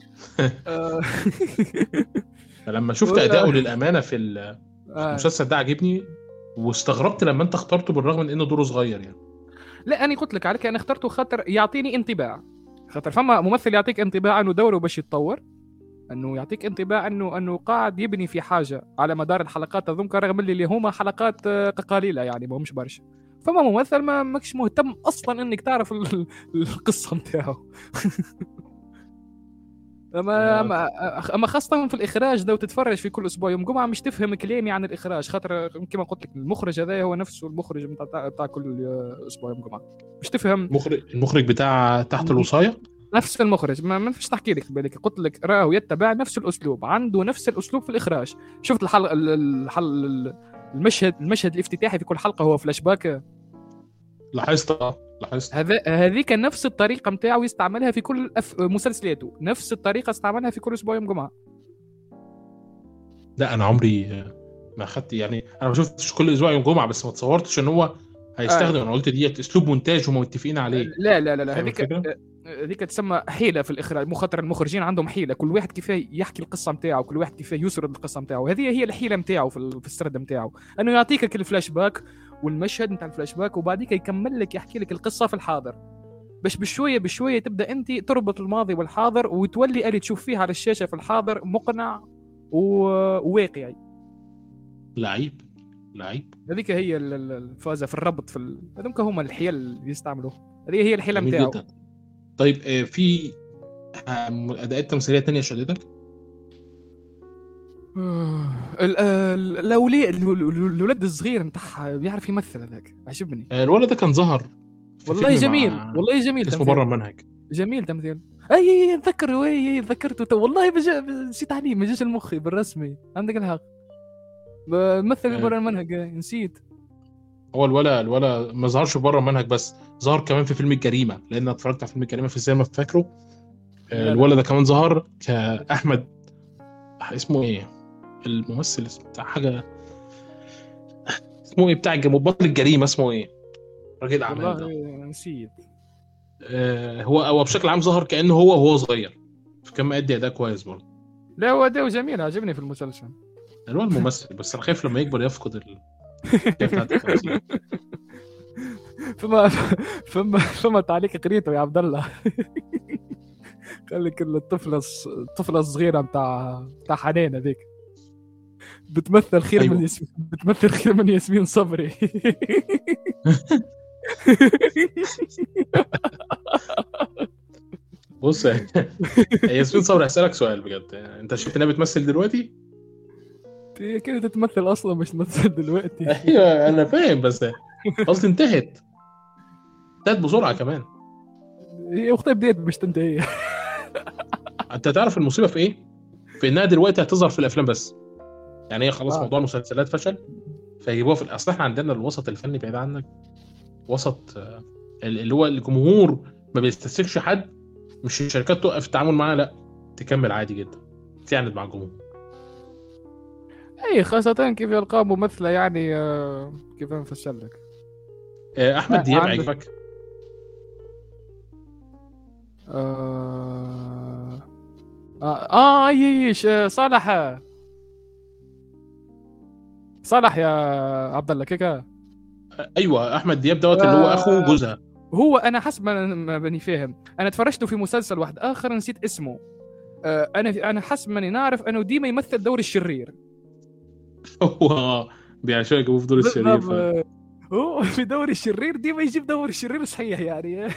فلما شفت اداؤه للامانه في المسلسل ده عجبني، واستغربت لما انت اخترته بالرغم من انه دوره صغير يعني. لا انا قلت لك عليك، انا اخترته خاطر يعطيني انطباع، خاطر فما ممثل يعطيك انطباع انه دوره باش يتطور، انه يعطيك انطباع انه قاعد يبني في حاجه على مدار الحلقات هذوك، رغم اللي هما حلقات قليله يعني ما همش برشا. فما ممثل ما ماكش مهتم اصلا انك تعرف القصه نتاعو. اما خاصه في الاخراج ده، وتتفرج في كل اسبوع يوم جمعه مش تفهم كلامي عن الاخراج، خاطر كما قلت لك المخرج هذا هو نفسه المخرج بتاع كل اسبوع يوم جمعه، مش تفهم. المخرج بتاع تحت الوصاية نفس المخرج، ما فيش تحكي لك بالك، قلت لك راه يتبع نفس الاسلوب، عنده نفس الاسلوب في الاخراج. شفت المشهد الافتتاحي في كل حلقه هو فلاش باك. لاحظت. هذيك نفس الطريقه نتاعو يستعملها في كل مسلسلاته، نفس الطريقه استعملها في كل اسبوع يوم جمعه. لا انا عمري ما اخدت يعني، انا ما شفتش كل اسبوع يوم جمعه، بس ما تصورتش ان هو هيستخدم. انا قلت ديت اسلوب مونتاج هم متفقين عليه. لا فاهم الفكره؟ هذيك تسمى حيله في الاخراج، خاطر المخرجين عندهم حيله، كل واحد كيفاه يحكي القصه نتاعو، كل واحد كيفاه يسرد القصه نتاعو. هذه هي الحيله نتاعو في السرد نتاعو، انه يعطيك الفلاش باك والمشهد نتاع الفلاش باك، وبعديك يكمل لك يحكي لك القصه في الحاضر، باش بشويه تبدا انت تربط الماضي والحاضر، وتولي اللي تشوف فيه على الشاشه في الحاضر مقنع وواقعي. لعيب. هذيك هي الفازه في الربط هذوك هما الحيل اللي يستعملوه، هذه هي الحيله نتاعو. طيب في اداءات تمثيليه تانية شدتك؟ الولد الصغير نتاعها بيعرف يمثل، هذاك عجبني. الولد ده كان ظهر في والله فيلم جميل، مع والله جميل اسمه بره المنهج. جميل تمثيل. اي اتذكر، ذكرته والله نسيت عليه، ما جاش المخي بالرسمي، عندك الحق. مثل بره المنهج نسيت. هو الولا ما ظهرش بره المنهج، بس ظهر كمان في فيلم الجريمه، لان انا اتفرجت على فيلم الجريمه في السينما فاكره. الولد ده كمان ظهر كاحمد، اسمه ايه الممثل بتاع حاجه، اسمه ايه بتاع بطل الجريمه، اسمه ايه الراجل الاعمال ده؟ والله نسيت. هو بشكل عام ظهر كأنه هو صغير، فكان مأدي اداء كويس برضه. لا هو أداؤه جميل، عجبني في المسلسل. اللي هو الممثل، بس انا خايف لما يكبر يفقد الحكايه بتاعت التمثيل. فما فما تعليق قريته يا عبد الله. قال لك الطفله الصغيره بتاع حنين هذيك بتمثل خير أيوة. من بتمثل خير من ياسمين صبري. بص ياسمين صبري، هسألك سؤال بجد، انت شايف انها بتمثل دلوقتي؟ هي كانت تتمثل اصلا، مش تمثل دلوقتي. ايوه انا فاهم، بس قصدي انتهت بسرعه كمان. هي اختي بديت مش تنتهي. انت تعرف المصيبه في ايه؟ في انها دلوقتي هتظهر في الافلام بس. يعني هي خلاص موضوع المسلسلات فشل، فيجيبوها في اصل احنا عندنا الوسط الفني بعيد عنك، وسط اللي هو الجمهور ما بيستسيغش حد، مش الشركات توقف التعامل معاه، لا تكمل عادي جدا تعند مع الجمهور. اي خاصة كيف يلقى ممثلة يعني كيف نفسر لك. احمد دياب عندك عجبك؟ صالح. صالح يا عبد الله كيكا. ايوه احمد دياب دوت اللي هو اخو جوزها. هو انا حسب ما بني فاهم، انا تفرجته في مسلسل واحد اخر نسيت اسمه. انا حسب ماني نعرف انه ديما يمثل دور الشرير. هو بيعشق يجيبوه في دور الشرير. هو في دور الشرير ديما يجيب دور الشرير صحيح يعني.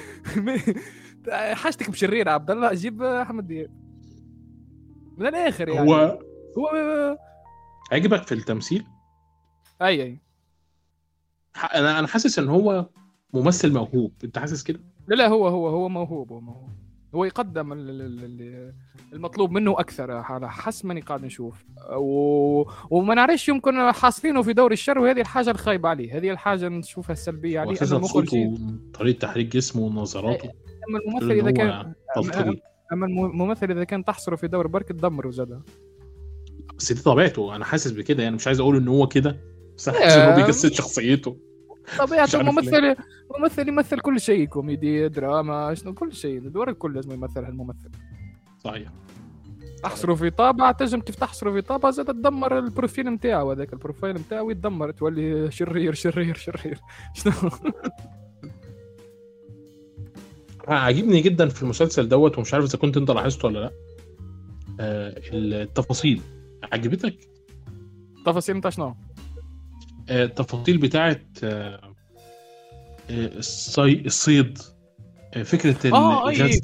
حاجتك بشرير عبد الله، جيب احمد دياب من الاخر يعني. هو عجبك في التمثيل؟ اي انا حاسس ان هو ممثل موهوب، انت حاسس كده؟ لا هو موهوب. هو يقدم المطلوب منه اكثر على حسب ماني قاعد نشوف، وما نعرفش يمكن حاصلينه في دور الشر، وهذه الحاجه الخايبه عليه، هذه الحاجه نشوفها السلبيه عليه. انه صوته، طريقه تحريك جسمه ونظراته. اما الممثل اذا كان اما الممثل اذا كان تحصره في دور برك تدمره زاد. بس دي طبيعته، انا حاسس بكده يعني، مش عايز اقول ان هو كده، بس انا حاسس ان هو بيجسد شخصيته. طبيعته ممثل يمثل كل شيء، كوميدي دراما شنو كل شيء، الدور الكل لازم يمثلها الممثل. صحيح. تحصره في طابع تجم، كيف تحصره في طابع زاد تدمر البروفيل نتاعو، هذاك البروفايل نتاعو يتدمر، تولي شرير شنو. عاجبني جدا في المسلسل دوت، ومش عارف اذا كنت انت لاحظته ولا لا. التفاصيل عجبتك؟ تفاصيل نتاع شنو؟ التفاصيل بتاعت الصيد، فكرة الغاز.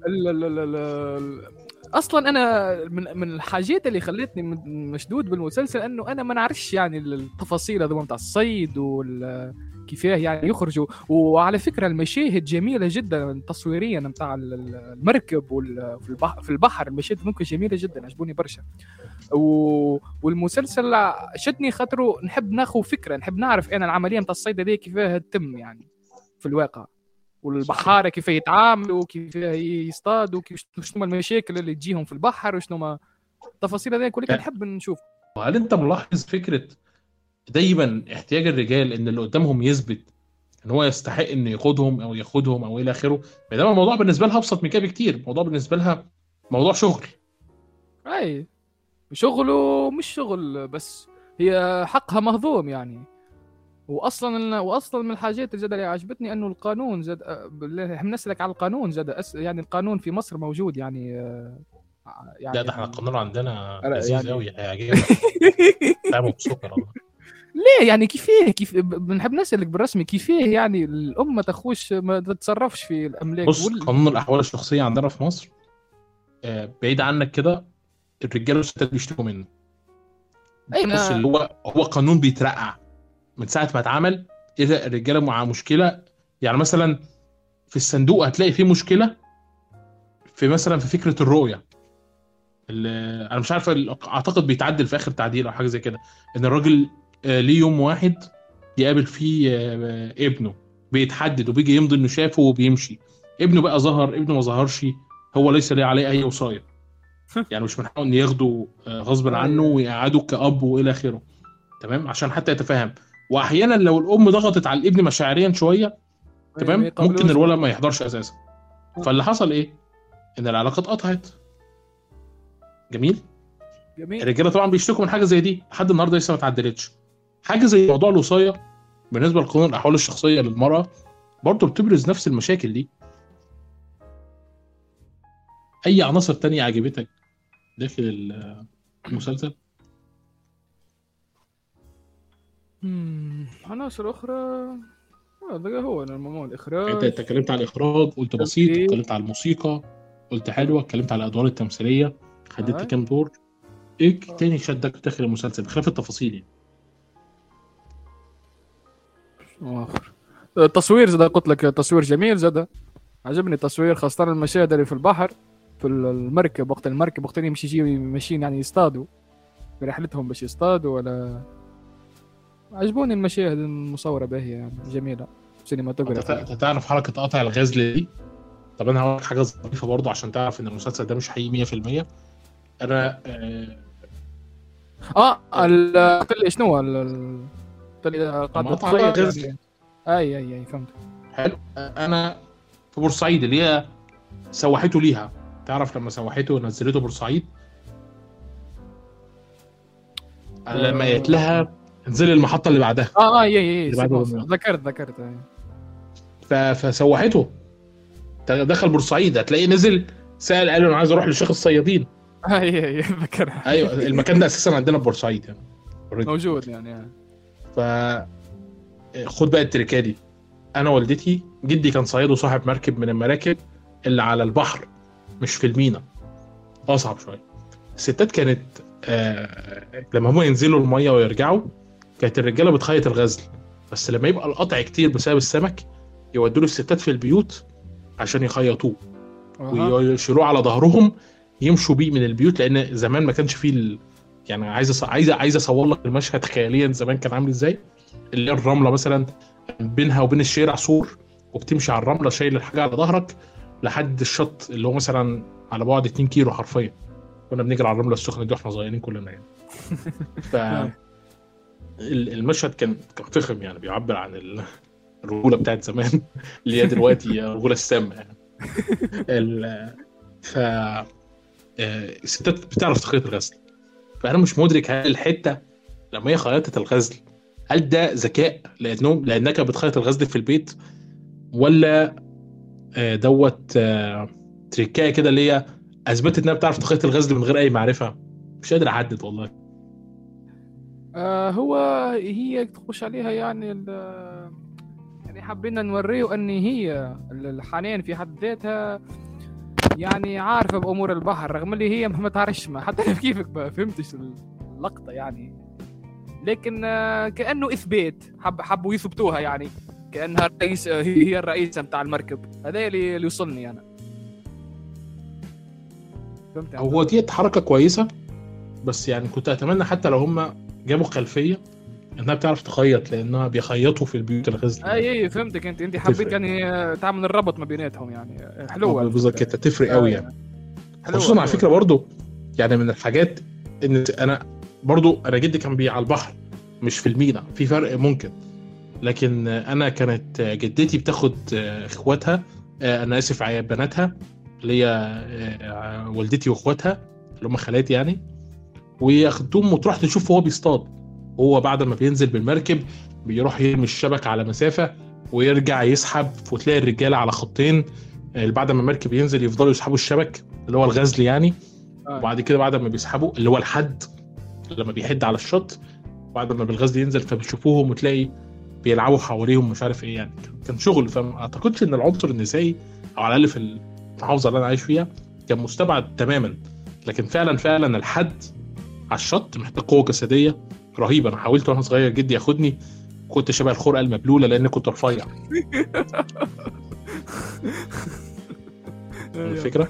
اصلا انا من الحاجات اللي خلتني مشدود بالمسلسل انه انا ما نعرفش يعني التفاصيل هذو نتاع الصيد كيفاه يعني يخرجوا. وعلى فكره المشاهد جميله جدا تصويريا نتاع المركب في البحر المشاهد ممكن جميله جدا، عجبوني برشا. والمسلسل شدني خاطره نحب ناخذ فكره، نحب نعرف انا العمليه نتاع الصيد هذه كيفاه تتم يعني في الواقع، والبحاره كيف يتعاملوا، كيف يصطادوا، شنو المشاكل اللي تجيهم في البحر، وشنو ما التفاصيل هذه كلها نحب نشوف. وهل انت ملاحظ فكره دايما احتياج الرجال ان اللي قدامهم يثبت ان هو يستحق انه ياخدهم او الى اخره؟ بينما الموضوع بالنسبه لها ابسط من كده بكتير، الموضوع بالنسبه لها موضوع شغل. اي شغله مش شغل بس، هي حقها مهضوم يعني. واصلا من الحاجات اللي عجبتني انه القانون زاد، نسلك على القانون زاد يعني القانون في مصر موجود يعني لا ده احنا القانون عندنا لذيذ يعني قوي، هيعجبك. تعمل بسكر والله. ليه يعني كيف بنحب نسألك بالرسمي كيفاه يعني الأم ما تخوش ما تتصرفش في الأملاك. بص قانون الأحوال الشخصية عندنا في مصر بعيد عنك كده، الرجاله والستات بيشتكوا منه. بص اللي هو قانون بيترقع من ساعة ما اتعمل. إذا الرجاله مع مشكلة، يعني مثلا في الصندوق هتلاقي فيه مشكلة في مثلا في فكرة الرؤية، انا مش عارف اعتقد بيتعدل في اخر تعديل او حاجه زي كده، ان الراجل ليه يوم واحد يقابل فيه ابنه بيتحدد، وبيجي يمضي انه شافه وبيمشي. ابنه بقى ظهر، ابنه ما ظهرش، هو ليس ليه عليه اي وصايه. يعني مش من حقه ان ياخده غصب عنه ويقعده كأب والى اخره، تمام، عشان حتى يتفاهم. واحيانا لو الام ضغطت على الابن مشاعريا شويه، تمام، ممكن يقابلوش. الولد ما يحضرش اساسا. فاللي حصل ايه؟ ان العلاقه اتقطعت. جميل. جميل. الرجاله طبعا بيشتكوا من حاجه زي دي لحد النهارده لسه ما اتعدلتش. حاجه زي موضوع الوصايه بالنسبه لقانون الاحوال الشخصيه للمراه برضه بتبرز نفس المشاكل دي. اي عناصر تانية عجبتك داخل المسلسل؟ عناصر أخرى. ده هو الموضوع انت الإخراج. اتكلمت على الاخراج، قلت بسيط، تمثيل. اتكلمت على الموسيقى قلت حلوه، اتكلمت على الادوار التمثيليه حددت هاي. كام دور. ايه تاني شدك داخل المسلسل بخلاف التفاصيل يعني؟ آخر. التصوير زاد، قلت لك تصوير جميل زاد. عجبني التصوير، خاصة المشاهد اللي في البحر، في المركب، وقت المركب وقت اللي يمشي يجي ماشيين يعني يصطادوا في رحلتهم باش يصطادوا ولا. عجبوني المشاهد المصورة باهية يعني جميلة، سينماتوجرافي. انت تعرف حركه قطع الغزل دي؟ طب انا هقول لك حاجه ظريفه برضو عشان تعرف ان المسلسل ده مش حقيقي 100%. انا قلت لي شنو قلت لي لما قاعد قطع بقى تخيل غزل يعني. اي فهمت. حلو. انا في بورسعيد اللي هي سوحته ليها. تعرف لما سوحته ونزلته بورسعيد، لما قالت آه لها انزلي المحطه اللي بعدها، اي اللي بعد ذكرت أي. فسوحته. دخل بورسعيد هتلاقيه نزل سأل قال له انا عايز اروح للشيخ الصيادين. اي ذكرها. ايوه المكان ده اساسا عندنا في بورسعيد يعني already. موجود يعني. ف خد بقى التركه دي. انا والدتي جدي كان صياد وصاحب مركب من المراكب اللي على البحر مش في المينا، اصعب شويه. الستات كانت لما هم ينزلوا الميه ويرجعوا كانت الرجاله بتخيط الغزل، بس لما يبقى القطع كتير بسبب السمك يودوا له الستات في البيوت عشان يخيطوه ويشيلوه على ظهرهم يمشوا بيه من البيوت، لان زمان ما كانش فيه يعني عايز اصور لك المشهد خياليا زمان كان عامل ازاي. اللي هي الرمله مثلا بينها وبين الشارع سور، وبتمشي على الرمله شايل الحاجه على ظهرك لحد الشط اللي هو مثلا على بعد 2 كيلو حرفيا. كنا بنجري على الرمله السخنه دي واحنا صغيرين كلنا يعني. ف المشهد كان فخم يعني، بيعبر عن الرجوله بتاعت زمان اللي هي دلوقتي الرجوله السامه يعني. ف الستات بتعرف تخيط الغزل. فانا مش مدرك هل الحته لما هي خيطت الغزل هل ده ذكاء لانها كانت بتخيط الغزل في البيت، ولا دوت تريكايه كده اللي هي اثبتت انها بتعرف تخيط الغزل من غير اي معرفه. مش قادر احدد والله. هو هي تخش عليها يعني يعني حبينا نوريه ان هي الحنان في حد ذاتها يعني عارفه بامور البحر، رغم اللي هي ما تعرفش، ما حتى أنا كيفك ما فهمتش اللقطه يعني. لكن كانه اثبات، حبوا يثبتوها يعني كانها الرئيس، هي الرئيسه بتاع المركب. هذا اللي يوصلني انا. فهمت هو دي حركه كويسه، بس يعني كنت اتمنى حتى لو هم جابوا خلفيه انها بتعرف تخيط، لانها بيخيطوا في البيوت الغزل. اي فهمتك. انت حبيت يعني تعمل الربط ما بيناتهم يعني. حلوه بالظبط كده تفرق قوي يعني. خصوصا على فكره برضو يعني من الحاجات ان انا جدي كان على البحر مش في المينا، في فرق ممكن. لكن انا كانت جدتي بتاخد اخواتها، انا اسف بناتها اللي هي والدتي واخواتها اللي هم خالاتي يعني، وياخدوهم وتروح تشوف هو بيصطاد. هو بعد ما بينزل بالمركب بيروح يرمي الشبك على مسافة ويرجع يسحب، وتلاقي الرجالة على خطين بعد ما المركب ينزل يفضلوا يسحبوا الشبك اللي هو الغزل يعني. وبعد كده بعد ما بيسحبوا اللي هو الحد لما بيحد على الشط، بعد ما بالغزل ينزل فبيشوفوهم وتلاقي بيلعبوا حواليهم مش عارف ايه يعني. كان شغل. فما اعتقدش ان العنصر النسائي او على الاقل في المحافظة اللي انا عايش فيها كان مستبعد تماما. لكن فعلا الحد على الشط محتاج قوة جسدية رهيبة. انا حاولت وانا صغير جدي ياخدني، كنت شبه الخرقة المبلولة لان كنت رفيع. الفكرة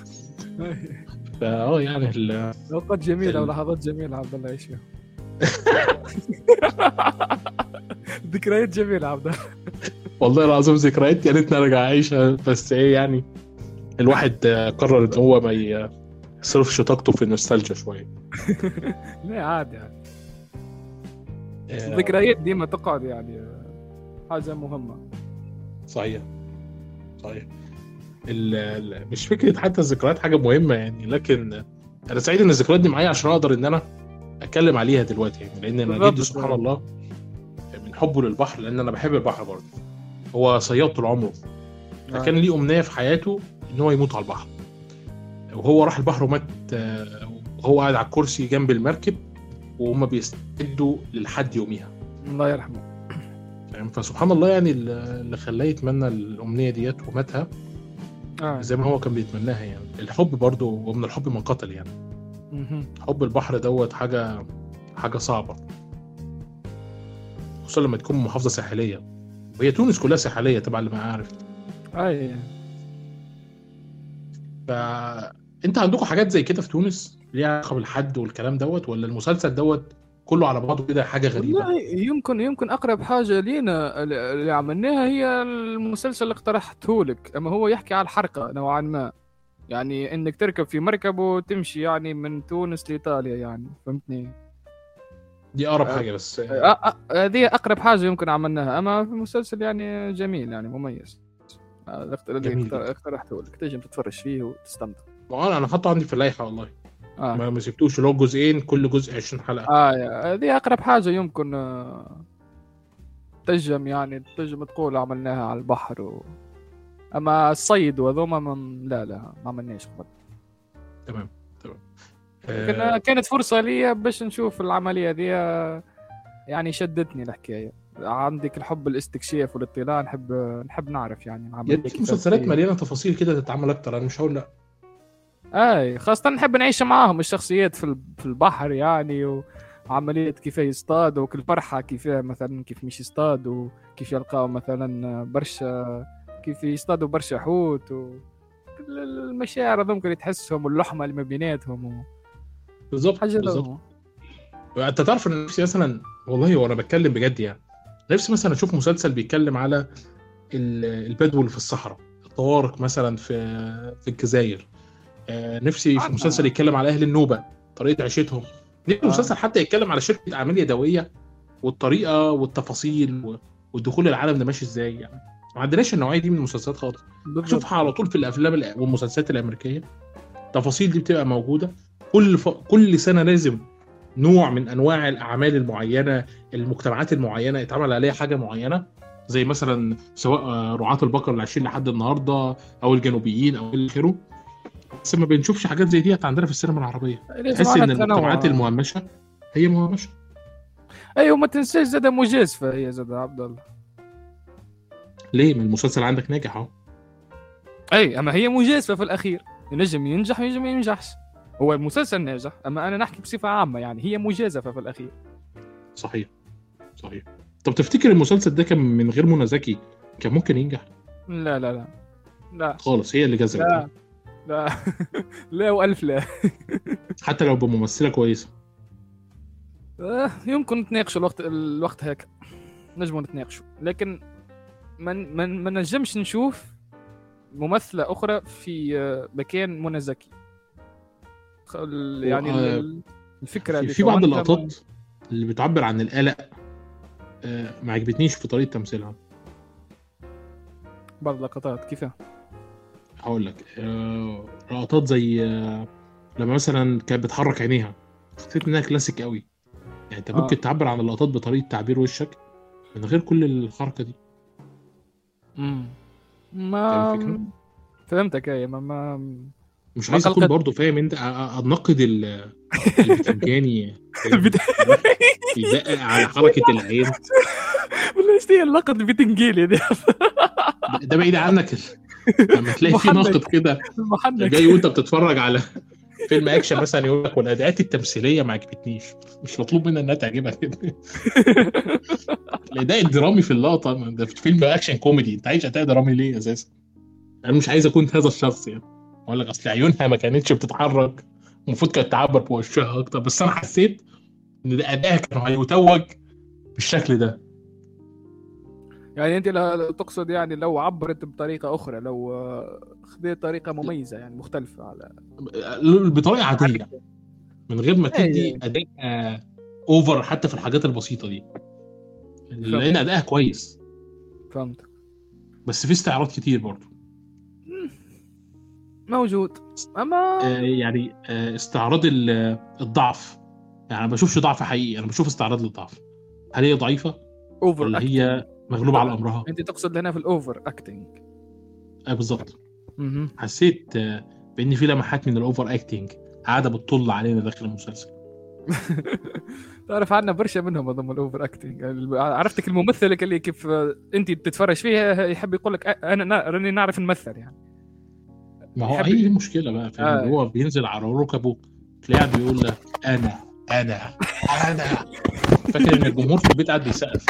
يعني اوقات جميلة ولحظات جميلة عبد الله يعيش فيها. ذكريات جميلة عبد الله. والله العظيم ذكريات يا ريتني ارجع اعيشها، بس ايه يعني الواحد قرر ان هو ما يصرفش طاقته في النوستالجيا شوية. لا عادي يعني. الذكريات دي ما تقعد يعني حاجة مهمة. صحيح. صحيح. مش فكره حتى الذكريات حاجه مهمه يعني، لكن انا سعيد ان الذكريات دي معايا عشان اقدر ان انا اتكلم عليها دلوقتي يعني، لان انا جدي سبحان بالضبط. الله من حبه للبحر، لان انا بحب البحر برضه. هو صياد طول عمره، فكان ليه امنيه في حياته ان هو يموت على البحر. وهو راح البحر ومات وهو قاعد على الكرسي جنب المركب وهم بيستعدوا للحد يوميها. الله يرحمه. فاهم؟ فسبحان الله يعني اللي خلاه يتمنى الامنيه ديت وماتها زي ما هو كان بيتمناها يعني. الحب برضه، ومن الحب من قتل يعني. حب البحر دوت حاجه صعبه، خصوصا لما تكون محافظه ساحليه، وهي تونس كلها ساحليه طبعا اللي ما عارف. فانت عندكم حاجات زي كده في تونس ليها علاقه بالحد والكلام دوت، ولا المسلسل دوت كله على بعضه كده حاجه غريبه؟ والله يمكن اقرب حاجه لينا اللي عملناها هي المسلسل اللي اقترحته لك، اما هو يحكي على الحركه نوعا ما، يعني انك تركب في مركب وتمشي يعني من تونس لايطاليا، يعني فهمتني. دي اقرب حاجه بس. هذه اقرب حاجه يمكن عملناها، اما في المسلسل يعني جميل يعني مميز. اللي جميل جدا. اقترحته لك تنجم تتفرج فيه وتستمتع. انا حاطه عندي في اللائحه والله. ما سبتوش، له جزئين، كل جزء 20 حلقه. هذه اقرب حاجه يمكن تنجم تقول عملناها على البحر اما الصيد وذوما لا ما عملناش قبل. تمام. لكن كانت فرصه لي باش نشوف العمليه دي، يعني شدتني الحكايه. عندك الحب الاستكشاف والاطلاع، نحب نعرف يعني العمليه كيف. مسلسلات مليانه تفاصيل كده تتعمل اكتر، انا مش هقول لا. خاصه نحب نعيش معاهم الشخصيات في البحر يعني، وعمليه كيف يصطادوا وكل فرحه كيف مثلا كيف مش يصطادوا، كيف يلقاو مثلا برشا، كيف يصطادوا برشا حوت، وكل المشاعر هذوك اللي تحسهم واللحمه اللي ما بيناتهم بالظبط. انت تعرف ان نفسي مثلا، والله وانا بتكلم بجد يعني، نفسي مثلا اشوف مسلسل بيتكلم على البدو اللي في الصحراء، الطوارق مثلا في الجزائر. نفسي في مسلسل يتكلم على اهل النوبه، طريقه عيشتهم. نفسي مسلسل حتى يتكلم على شركه اعمال يدويه والطريقه والتفاصيل والدخول العالم ده ماشي ازاي يعني. ما عندناش النوعيه دي من المسلسلات خالص. شوفها على طول في الافلام والمسلسلات الامريكيه. التفاصيل دي بتبقى موجوده. كل سنه لازم نوع من انواع الاعمال المعينه، المجتمعات المعينه يتعمل عليها حاجه معينه، زي مثلا سواء رعاة البقر اللي عايشين لحد النهارده او الجنوبيين او الى اخره. بس ما بنشوفش حاجات زي دي عندنا في السينما العربيه. تحس ان المجتمعات المهمشه هي مهمشه. ايوه، ما تنساش زاد مجازفه هي زاد عبد الله. ليه؟ من المسلسل عندك ناجح اهو. اما هي مجازفه في الاخير، ينجم ينجح وينجم ما ينجحش. هو المسلسل ناجح، اما انا نحكي بصفه عامه يعني هي مجازفه في الاخير. صحيح. طب تفتكر المسلسل ده كان من غير منى زكي كان ممكن ينجح؟ لا خالص، هي اللي جذبت. لا لا والف لا. حتى لو بممثله كويسه. يمكن نتناقشوا الوقت هيك، نجموا نتناقشوا، لكن ما نجمش نشوف ممثله اخرى في مكان منى زكي يعني. الفكره في بعض اللقطات اللي بتعبر عن القلق ما عجبتنيش في طريقه تمثيلها. بعض اللقطات كيف؟ هقول لك لقطات زي لما مثلا كانت بتحرك عينيها، حسيت انها كلاسيك قوي. يعني انت ممكن تعبر عن اللقطات بطريقه تعبير وشك من غير كل الحركه دي. ما فهمتك. ما مش عايز اكون برضو فاهم انت انقد البتنجاني يدقق على حركه العين. والله ايش هي اللقطه البتنجيلي دي؟ ده بعيد عنك. لما تلاقي في ناقد كده جاي وانت بتتفرج على فيلم اكشن مثلا يقول لك والاداءات التمثيليه ما عجبتنيش، مش مطلوب منها انها تعجبك. الاداء الدرامي في اللقطه ده في فيلم اكشن كوميدي، انت عايز اداء درامي ليه اساسا؟ انا مش عايز اكون هذا الشخص يعني. اقول لك اصل عيونها ما كانتش بتتحرك، المفروض كانت تعبر بوشها اكتر، بس انا حسيت ان ده اداءها كان هيتوج بالشكل ده. يعني انت لو تقصد يعني لو عبرت بطريقه اخرى، لو خذيت طريقه مميزه يعني مختلفه على بطريقه عاديه من غير ما تدي اداء اوفر حتى في الحاجات البسيطه دي، لان اداءها كويس. فهمت. بس في استعراض كتير برضه. موجود اما يعني استعراض الضعف. يعني انا ما بشوفش ضعف حقيقي، انا بشوف استعراض للضعف. هل هي ضعيفه اوفر ولا اكتنج. هي مغلوبه على امرها؟ انت تقصد هنا في الاوفر اكتنج. بالظبط. حسيت بان في لمحات من الاوفر اكتنج قاعده بتطل علينا داخل المسلسل. تعرف عنا برشا منهم ضمن الاوفر اكتنج. عرفتك الممثل اللي كيف انت تتفرج فيها يحب يقول لك انا راني نعرف نمثل يعني. ما هو هي دي المشكله بقى، فاهم؟ اللي هو بينزل على ركبه تلاقيه قاعد بيقول لك انا فاكر ان الجمهور في البيت قاعد بيسقف.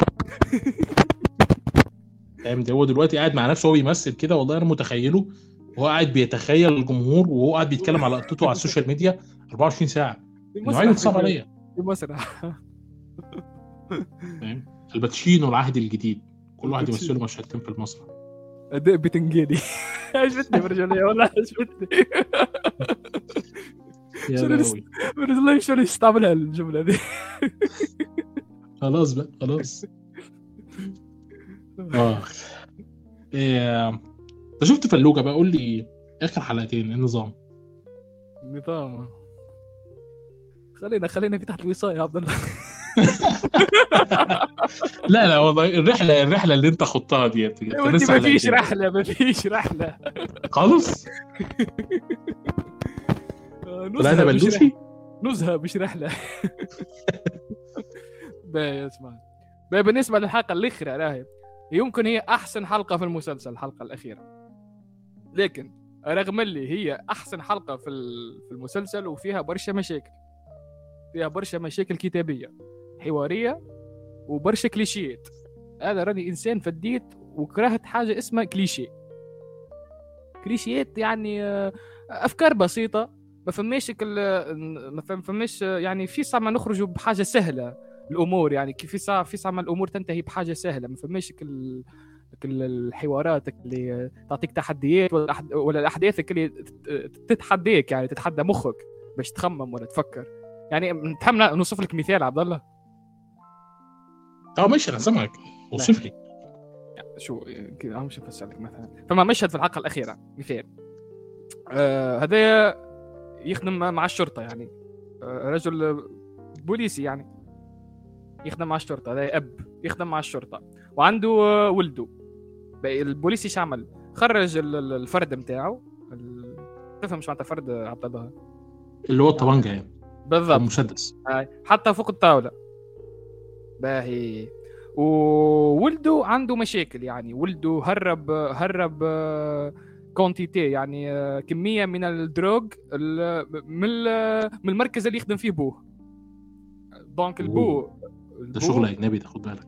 فاهم؟ ده هو دلوقتي قاعد مع نفسه، هو بيمثل كده، والله انا متخيله وهو قاعد بيتخيل الجمهور وهو قاعد بيتكلم على لقطته على السوشيال ميديا 24 ساعه انه عايز يتصاب عليا في مسرح. فاهم؟ الباتشينو العهد الجديد، كل واحد يمثله مشهدين في المسرح. اداء بتنجيلي. عجبتني برجوليه والله عجبتني. يا لهوي والله شو يستعملها الجمله دي. خلاص بقى خلاص. انت شفت فلوجة بقى؟ قول لي اخر حلقتين ايه النظام؟ نظام خلينا في تحت الوصاية يا عبد الله. لا والله الرحله اللي انت خضتها ديت ما فيش رحله خالص. نزهه مش رحله. باي اسمع. باي بالنسبه للحلقه الاخيره راهي يمكن هي احسن حلقه في المسلسل، الحلقه الاخيره، لكن رغم اللي هي احسن حلقه في المسلسل وفيها برشا مشاكل كتابيه حواريه وبرشا كليشيات. هذا راني انسان فديت وكرهت حاجه اسمها كليشيات يعني افكار بسيطه ما فماش يعني في ساعه ما نخرجوا بحاجه سهله الامور، يعني كيف في ساعه ما الامور تنتهي بحاجه سهله، ما فماش الحوارات اللي تعطيك تحديات ولا الاحداث اللي تتحديك، يعني تتحدى مخك باش تخمم ولا تفكر. يعني تحمل نوصف لك مثال عبد الله. ماشي انا سامعك، وصف لي. شو كذا مش بفسر لك. مثلا فما مشهد في الحلقه الاخيره مثال هذا يخدم مع الشرطه، يعني رجل بوليسي يعني يخدم مع الشرطه، هذا اب يخدم مع الشرطه وعنده ولده. البوليسي ايش عمل؟ خرج الفرد نتاعو، تفهم مش معناتها فرد عبد الله؟ اللي هو الطبنجه يعني. بالضبط، المسدس. حتى فوق الطاوله. باهي. وولده عنده مشاكل، يعني ولده هرب كونتيتي، يعني كميه من الدروغ من المركز اللي يخدم فيه بوه. دونك البو ده شغل اجنبي ده، خد بالك.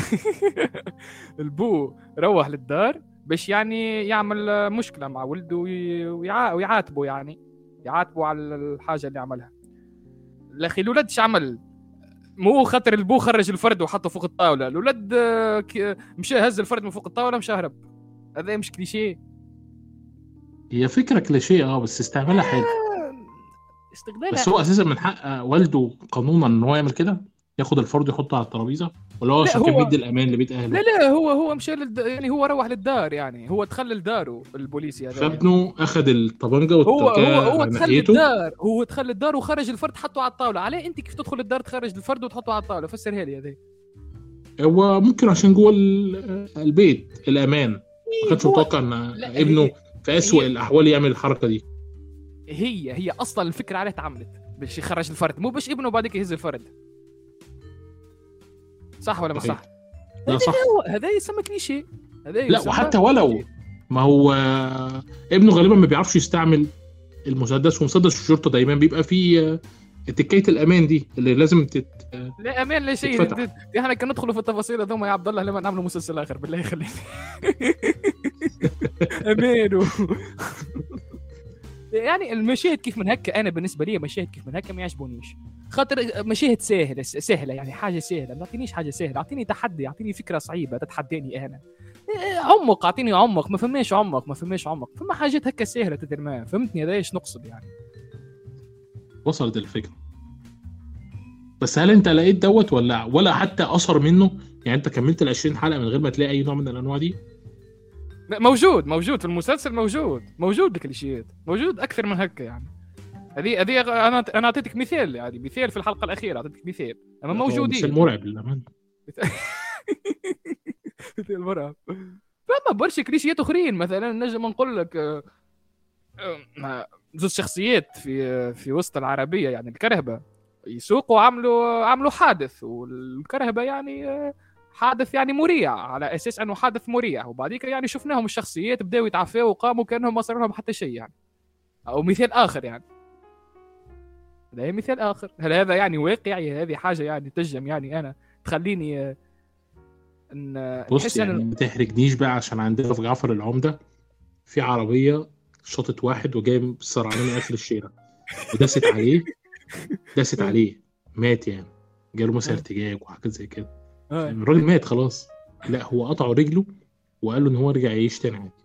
البو روح للدار باش يعني يعمل مشكله مع ولده ويعاتبه، يعني يعاتبه على الحاجه اللي عملها. الاخي الولد ايش عمل؟ مو خاطر البو خرج الفرد وحطه فوق الطاوله، الولد مشى هز الفرد من فوق الطاوله مشى هرب. هذا مش كليشيه؟ هي فكره كليشيه بس استعمالها حلو. استخدامها بس هو اساسا من حق والده قانونا ان هو يعمل كده، ياخد الفرد يحطه على الترابيزه، ولا هو عشان كان بيدي الامان لبيت اهله؟ لا هو مشى يعني هو روح للدار، يعني هو دخل لداره البوليسي هذا. فابنه اخذ الطبنجه هو دخل للدار، دخل للدار وخرج الفرد حطه على الطاوله. عليه انت كيف تدخل الدار تخرج الفرد وتحطه على الطاوله؟ فسرها لي هذه. هو ممكن عشان جوه البيت الامان، ما كانش متوقع ان ابنه في اسوأ الاحوال يعمل الحركه دي. هي اصلا الفكره عليها اتعملت باش يخرج الفرد، مو باش ابنه بعدك يهز الفرد. صح ولا مش صح؟ لا صح. هذا يسمى كليشيه. لا وحتى ولو ما هو ابنه غالبا ما بيعرفش يستعمل المسدس، ومسدس الشرطه دايما بيبقى فيه تكايه الامان دي اللي لازم لا امان لا شيء. احنا كنا ندخلوا في التفاصيل هذوما يا عبد الله لما نعملوا مسلسل اخر بالله يخليك. امان يعني المشاهد كيف من هكا، انا بالنسبه لي مشاهد كيف من هكا ما يعجبونيش، خاطر مشاهد سهله يعني حاجه سهله. ما تعطينيش حاجه سهله، اعطيني تحدي، اعطيني فكره صعيبه تتحداني انا. عمق، اعطيني عمق. ما فماش عمق فما حاجات هكا سهله تدرمها. فهمتني هذا ايش نقصد يعني؟ وصلت الفكره. بس هل انت لقيت دوت ولا حتى اثر منه؟ يعني انت كملت ال20 حلقه من غير ما تلاقي اي نوع من الانواع دي؟ موجود في المسلسل، موجود الكليشيات، موجود اكثر من هكا يعني. هذه انا اعطيتك مثال يعني، مثال في الحلقه الاخيره اعطيتك مثال، اما موجودين. مثال مرعب للامانه. مثال مرعب. فما برشا كليشيات اخرين، مثلا نجم نقول لك زوج شخصيات في وسط العربيه يعني، الكرهبه يسوقوا عملوا حادث، والكرهبه يعني حادث يعني مريع، على اساس انه حادث مريع، وبعديك يعني شفناهم الشخصيات بداوا يتعافوا وقاموا كانهم ما صار لهم حتى شيء يعني. او مثال اخر يعني، هذا مثال اخر. هل هذا يعني واقعي؟ هذه حاجه يعني تجم يعني انا تخليني بص نحس يعني ما تحرجنيش بقى، عشان عندنا في جعفر العمده في عربيه شطت واحد وجاي سرعانه من اخر الشارع داست عليه مات يعني، جاله مثلا ارتجاج وحاجات زي كده. الراجل مات خلاص، لا هو قطعوا رجله وقال له ان هو رجع يعيش تاني عادي.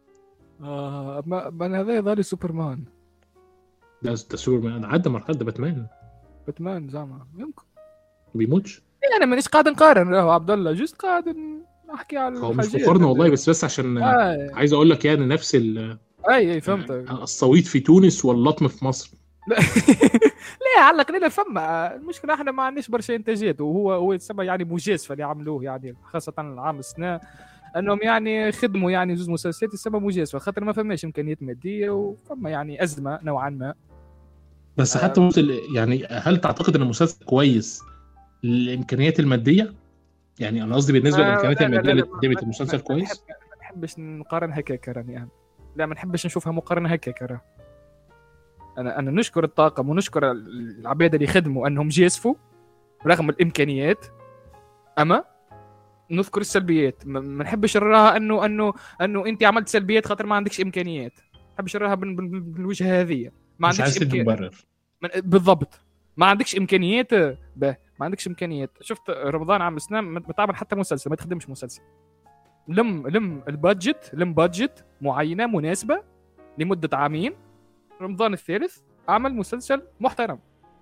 ما هذا يظهر سوبرمان. ده سوبرمان عدى مرحله، ده باتمان زعما يمكن بيموتش. انا مانيش قاعد نقارن راهو عبد الله، جست قاعد نحكي على هو مش الحاجات مقارنه والله، بس عشان عايز اقول لك يعني نفس اي فهمت. الصويت في تونس واللطم في مصر. لا لا على قليله فما المشكله، احنا ما عندناش برشا انتاجات، وهو يتسمى يعني مجازفه اللي عملوه يعني، خاصه العام السنه انهم يعني خدموا يعني زوج مسلسلات يسمى مجازفه، خاطر ما فماش امكانيات ماديه وفما يعني ازمه نوعا ما. بس حتى يعني هل تعتقد ان المسلسل كويس للامكانيات الماديه؟ يعني انا قصدي بالنسبه للامكانيات الماديه اللي قدمت المسلسل كويس. ما نحبش نقارن هكاك راني انا، لا ما نحبش نشوفها مقارنه هكاك راه. انا نشكر الطاقم ونشكر العباد اللي خدموا انهم جازفوا رغم الامكانيات، اما نذكر السلبيات. ما نحبش نراها انه انت عملت سلبيات خاطر ما عندكش امكانيات، ما نحبش نراها بالوجهه هذه. ما مش عايز تدي مبرر. بالضبط، ما عندكش امكانيات ما عندكش امكانيات. شفت رمضان عام السنه ما تعمل حتى مسلسل، ما تخدمش مسلسل. لم بادجت معينه مناسبه لمده عامين، رمضان الثالث عمل مسلسل محترم.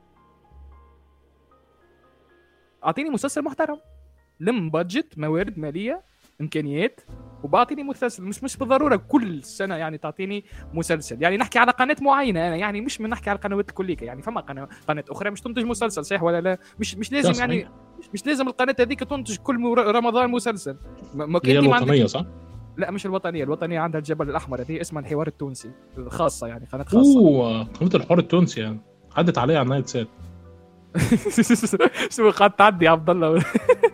اعطيني مسلسل محترم، لم بادجت، موارد ماليه، امكانيات، وبعطيني مسلسل. مش بالضروره كل سنه يعني تعطيني مسلسل، يعني نحكي على قناه معينه انا، يعني مش من نحكي على القنوات الكليه يعني. فما قناه اخرى مش تنتج مسلسل صحيح ولا لا؟ مش لازم يعني، مش لازم القناه هذيك تنتج كل رمضان مسلسل. ما هي الوطنيه صح؟ لا مش الوطنيه عندها الجبل الاحمر، هذه اسمها الحوار التونسي الخاصه يعني، قناه خاصه. قناه الحوار التونسي يعني عدت عليها على نايت سات. شو قاعد تعدي يا عبد الله؟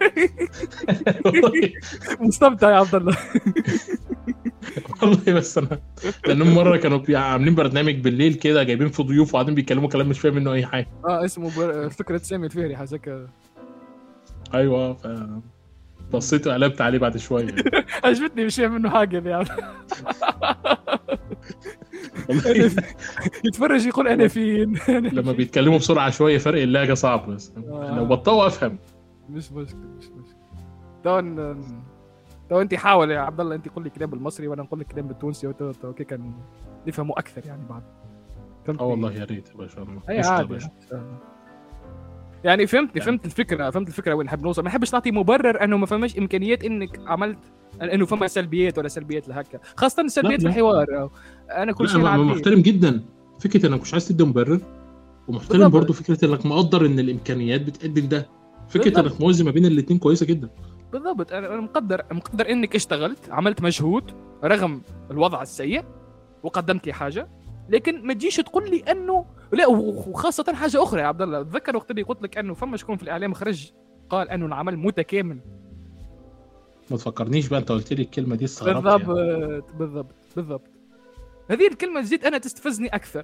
مستمتع يا عبد الله؟ والله بس انا لانهم مره كانوا عاملين برنامج بالليل كده، جايبين في ضيوف وقاعدين بيتكلموا كلام مش فاهم منه اي حاجه. اسمه فكره سامي الفهري حاجه. ايوه بصيت وقلبت عليه بعد شويه. عجبتني مش فاهم منه حاجه يا يتفرج يقول انا فين. لما بيتكلموا بسرعه شويه فرق اللهجه صعب، بس لو بطئوا افهم. مش مشكله. تو انت حاول يا عبد الله، انت قول لي كلام بالمصري وانا نقول لك كلام بالتونسي، وكي كان نفهموا اكثر يعني بعد. والله يا ريت ما شاء الله. اي عادي يعني فهمت الفكره وين نحب نوصل. ما نحبش نعطي مبرر انه ما فماش امكانيات انك عملت، انه فما سلبيات ولا سلبيات لهكا، خاصه السلبيات في الحوار. انا كل شيء محترم جدا فكره انك مش عايز تدي مبرر، ومحترم برضو فكره انك مقدر ان الامكانيات بتقدم ده. فكره انك موازي ما بين الاثنين كويسه جدا. بالضبط. انا مقدر انك اشتغلت، عملت مجهود رغم الوضع السيء وقدمت لي حاجه، لكن ما تجيش تقول لي انه لا. وخاصه حاجه اخرى يا عبد الله، تذكر وقت اللي قلت لك انه فما شكون في الاعلام خرج قال انه العمل متكامل. ما تفكرنيش بقى، انت قلت لي الكلمه دي استغربت. بالضبط هذه الكلمه زيد انا تستفزني اكثر.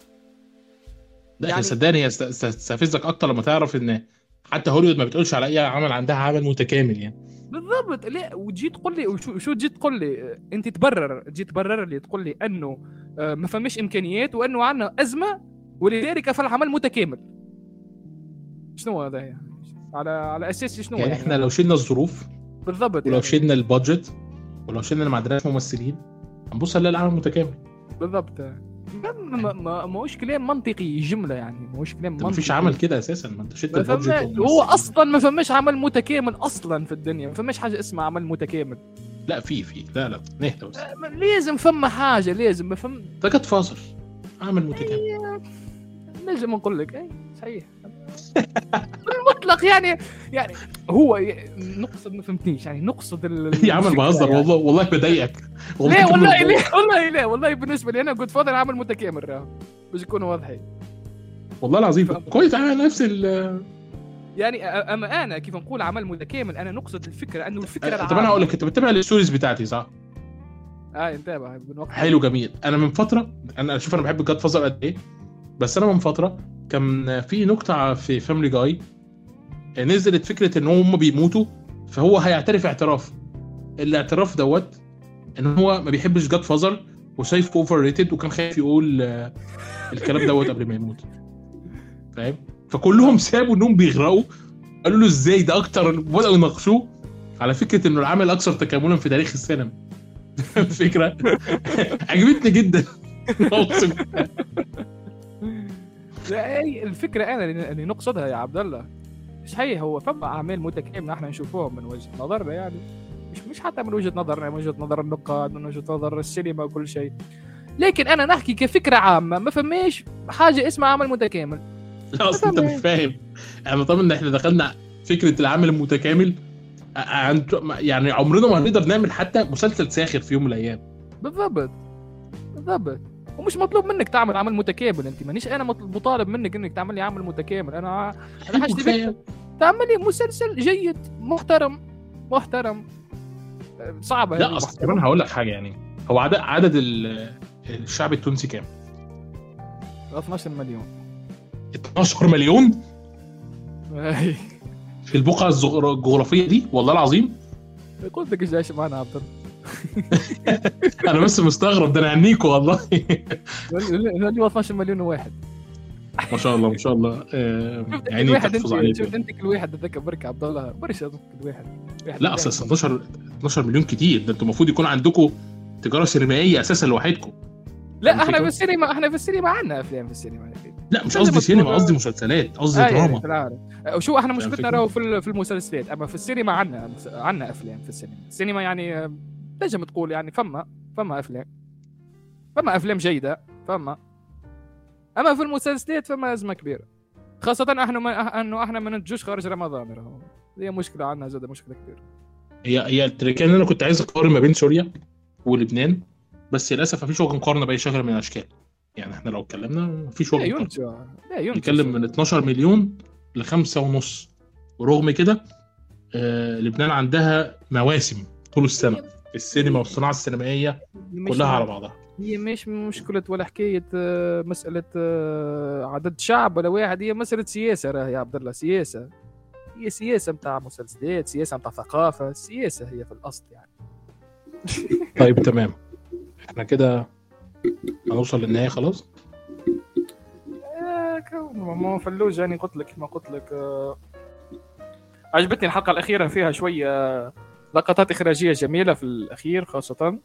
لا يعني صدقني هي تستفزك اكتر لما تعرف ان حتى هوليوود ما بتقولش على اي عمل عندها عمل متكامل يعني. بالضبط. لا وتجي تقول لي وشو تجي تقول لي انت تبرر لي تقول لي انه ما فماش امكانيات وانه عندنا ازمه ولذلك فالعمل متكامل. شنو هذا يعني؟ على اساس شنو يعني احنا لو شلنا الظروف بالضبط ولو شلنا البادجت ولو شلنا اللي ما عندناش ممثلين هنبص نلاقي العمل متكامل. بالضبط. ما هوش كلام منطقي جمله يعني، ما هوش كلام منطقي. مفيش عمل كده اساسا، ما انت شلت البادجت هو اصلا ما فماش عمل متكامل اصلا في الدنيا، ما فماش حاجه اسمها عمل متكامل. لا في لا نهدى بس. لازم فما حاجه، لازم فما ده جت فازر عمل متكامل. نجم نقول لك اي صحيح بالمطلق يعني هو نقصد، ما فهمتنيش يعني نقصد يا عم بهزر يعني. والله بضايقك لا والله لا والله بالنسبه لي انا جود فاذر عامل متكامل راهو باش يكونوا واضحين والله العظيم كويس على نفس يعني. اما انا كيف نقول عمل متكامل، انا نقصد الفكره انه الفكره طب انا هقول لك، انت بتتابع الستوريز بتاعتي صح؟ نتابع من وقت حلو جميل. انا من فتره، انا شوف انا بحب جاد فازر قد ايه، بس انا من فتره كان في نكته في فاميلي جاي نزلت فكره ان هم بيموتوا فهو هيعترف اعتراف، الاعتراف دوت ان هو ما بيحبش جاد فازر وشايفه اوفر ريتد، وكان خايف يقول الكلام دوت قبل ما يموت، فاهم؟ فكلهم سابوا انهم بيغرقوا، قالوا له ازاي ده اكتر، بداوا يناقشوه على فكره انه العمل اكثر تكاملا في تاريخ السينما. فكره عجبتني جدا. الفكره انا اللي نقصدها يا عبد الله صحيح، هو فما اعمال متكامله احنا نشوفوها من وجهه نظرنا يعني، مش حتى من وجهه نظرنا، من وجهه نظر النقاد، من وجهه نظر السينما وكل شيء، لكن انا نحكي كفكره عامه ما فماش حاجه اسمها عمل متكامل. لا اصلا انت مش فاهم، انا طبعا ان احنا دخلنا فكره العمل المتكامل يعني عمرنا ما هنقدر نعمل حتى مسلسل ساخر في يوم من الايام. بالضبط ومش مطلوب منك تعمل عمل متكامل، انت مانيش انا مطالب منك انك تعمل لي عمل متكامل، انا حاجتي تعمل لي مسلسل جيد محترم صعبه. لا اصلا كمان هقول لك حاجه، يعني هو عدد الشعب التونسي كام؟ 12 مليون. 12 مليون في البقعه الجغرافيه دي، والله العظيم قلت لك ايش معنا عبد الله. انا بس مستغرب، ده انا عنيكوا والله. اللي هو 12 مليون واحد. ما شاء الله ما شاء الله. يعني واحد شفت انت كل واحد ذاك بركه عبد الله برشا كل واحد. لا اصل 12 مليون كتير، ده انتوا المفروض يكون عندكم تجاره سينمائيه اساسا لوحدكم. لا احنا في السينما عندنا افلام في السينما. لا مش قصدي سينما، قصدي مسلسلات، قصدي دراما. وشو احنا مشكلتنا راهو في المسلسلات، اما في السينما عندنا افلام في السينما يعني تنجم تقول يعني فما افلام جيده اما في المسلسلات فما ازمه كبيره، خاصه احنا ما ننتجوش خارج رمضان، راهو هي مشكله عندنا زاد، مشكله كبيره. هي التركية ان انا كنت عايز اقارن ما بين سوريا ولبنان، بس للاسف مفيش وجه مقارنه باي شكل من الاشكال. يعني احنا لو اتكلمنا مفيش وجه مقارنه، نتكلم من 12 مليون ل5.5، ورغم كده لبنان عندها مواسم طول السنه في السينما والصناعه السينمائيه كلها على بعضها. هي مش مشكله ولا حكايه مساله عدد شعب ولا واحد، هي مساله سياسه راه يا عبد الله، هي سياسه نتاع مسلسلات، سياسه نتاع ثقافه، سياسه هي في الاصل يعني. طيب تمام، احنا كده هنوصل للنهايه خلاص. ما فلوج يعني، قلت لك عجبتني الحلقه الاخيره، فيها شويه لقطات اخراجيه جميله في الاخير خاصه.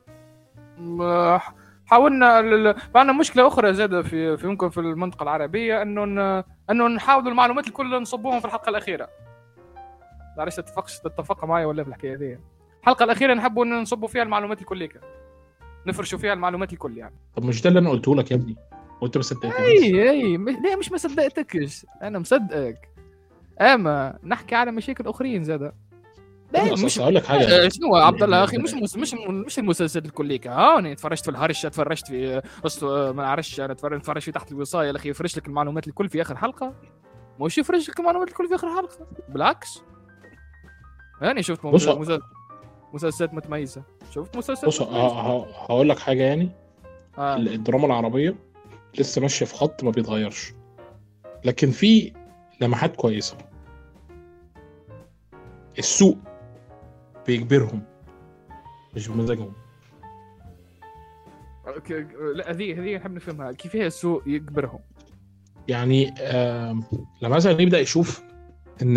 حاولنا معنا مشكله اخرى زاد في يمكن في المنطقه العربيه انه نحاول المعلومات الكل نصبوهم في الحلقه الاخيره. لا عرفت تتفق معي ولا في الحكايه دي؟ الحلقه الاخيره نحبوا نصبوا فيها المعلومات الكليه، نفرشوا فيها المعلومات الكل يعني. طب مش ده اللي انا قلته لك يا ابني وانت ما صدقتنيش؟ اي لا مش ما صدقتكش، انا مصدقك، اما نحكي على مشاكل اخرين زاده. لا مش هقول لك حاجه. شنو عبد الله اخي، مش المسلسلات الكليه انا تفرجت في الهرشه، تفرجت في ما نعرفش انا تفرج في تحت الوصايه الاخي، يفرش لك المعلومات الكل في اخر حلقه، مش يفرش لك المعلومات الكل في اخر حلقه، بالعكس. انا شفت مسلسلات متميزه، شفت مسلسلات. هقول لك حاجه يعني الدراما العربيه لسه ماشيه في خط ما بيتغيرش، لكن في لمحات كويسه. السوق بيجبرهم مش بمزاجهم. لا هذه نحب نفهمها كيف هي السوق يجبرهم يعني. لما مثلا يبدا يشوف ان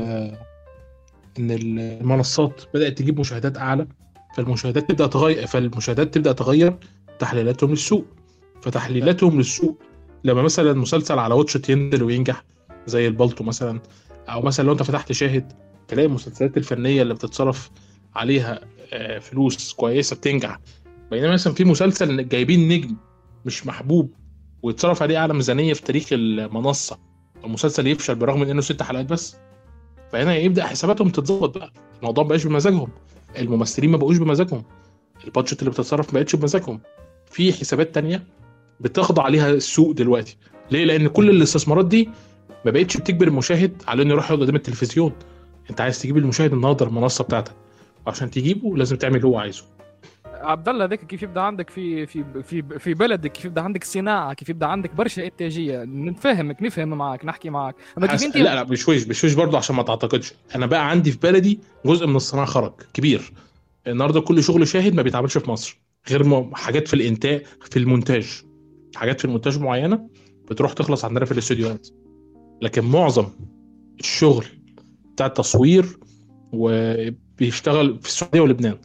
المنصات بدات تجيب مشاهدات اعلى، فالمشاهدات تبدا تغير تحليلاتهم للسوق. فتحليلاتهم للسوق لما مثلا مسلسل على واتشت ينزل وينجح زي البالتو مثلا، او مثلا لو انت فتحت شاهد تلاقي المسلسلات الفنيه اللي بتتصرف عليها فلوس كويسه بتنجح. بينما مثلا في مسلسل جايبين نجم مش محبوب ويتصرف عليه اعلى ميزانيه في تاريخ المنصه، المسلسل يفشل برغم من انه 6 حلقات بس. فهنا يبدا حساباتهم تتظبط بقى، الموضوع ما بقاش بمزاجهم، الممثلين ما بقوش بمزاجهم، البادجت اللي بتتصرف ما بقتش بمزاجهم، في حسابات تانية بتخضع عليها السوق دلوقتي. ليه؟ لان كل الاستثمارات دي ما بقتش بتجبر المشاهد على انه يروح يقعد قدام التلفزيون. انت عايز تجيب المشاهد النهارده المنصه بتاعتك، وعشان تجيبه لازم تعمل اللي هو عايزه. عبد الله ذاك كيف يبدا عندك في بلدك، كيف يبدا عندك صناعه، كيف يبدا عندك برشا انتاجيه، نفهم معك نحكي معك. اما كيف انت لا بشويش برضه عشان ما تعتقدش، انا بقى عندي في بلدي جزء من الصناعه خرج كبير. النهارده كل شغل شاهد ما بيتعملش في مصر غير حاجات في الانتاج، في المونتاج، حاجات في المونتاج معينه بتروح تخلص عندنا في الاستوديوهات. لكن معظم الشغل بتاع التصوير وبيشتغل في السعوديه ولبنان.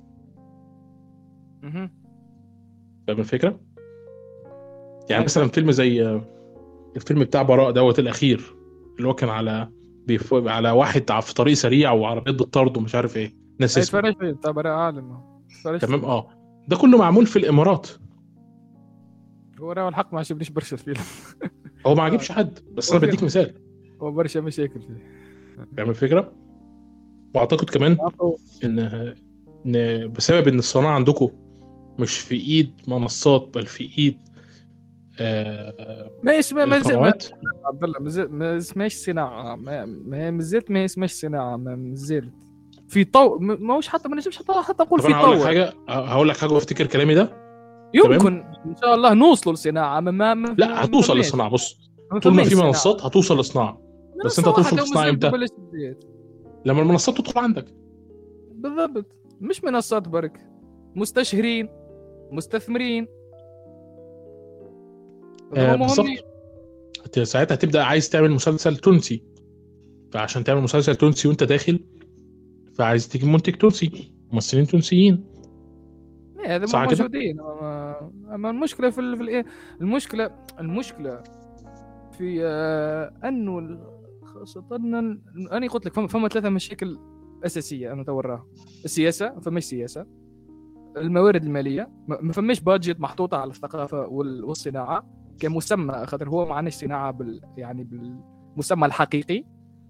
فاهم الفكره؟ يعني مثلا فيلم زي الفيلم بتاع براء دوت الاخير، اللي هو كان على واحد في طريق سريع وعربيات بتطارده ومش عارف ايه، ناس اسمه اتفرج طب براء عالم تمام. ده كله معمول في الامارات. هو راهو الحق ما عجبنيش برشا الفيلم. هو ما عجبش حد، بس انا بديك مثال. هو برشا مشاكل فيه. فاهم الفكره؟ واعتقد كمان ان بسبب ان الصناعه عندكم مش في ايد منصات بل في ايد ما اسمه القنوات. عبد الله ما اسمهاش صناعه، ما مازالت ما اسمهاش صناعه، ما مازالت في ماهوش حتى ما نجمش حتى نقول في طور. هقول لك حاجه وافتكر كلامي ده. يمكن تمام؟ ان شاء الله نوصلوا للصناعه. لا هتوصل للصناعه. بص، طول ما في منصات هتوصل للصناعه، بس انت هتوصل للصناعه امتى؟ لما المنصات تدخل عندك. بالضبط، مش منصات برك، مستشهرين، مستثمرين. بالضبط. ساعتها هتبدا عايز تعمل مسلسل تونسي، فعشان تعمل مسلسل تونسي وانت داخل فعايز تجيب منتج تونسي، ممثلين تونسيين. هذا موجودين. اما المشكله في الايه، المشكله في انه خاصه انا قلت لك فما 3 مشاكل اساسيه انا توراها. السياسه، فماش سياسه. الموارد الماليه، ما فماش بادجت محطوطه على الثقافه والصناعه كمسمى، خاطر هو ما عندناش صناعه يعني بالمسمى الحقيقي.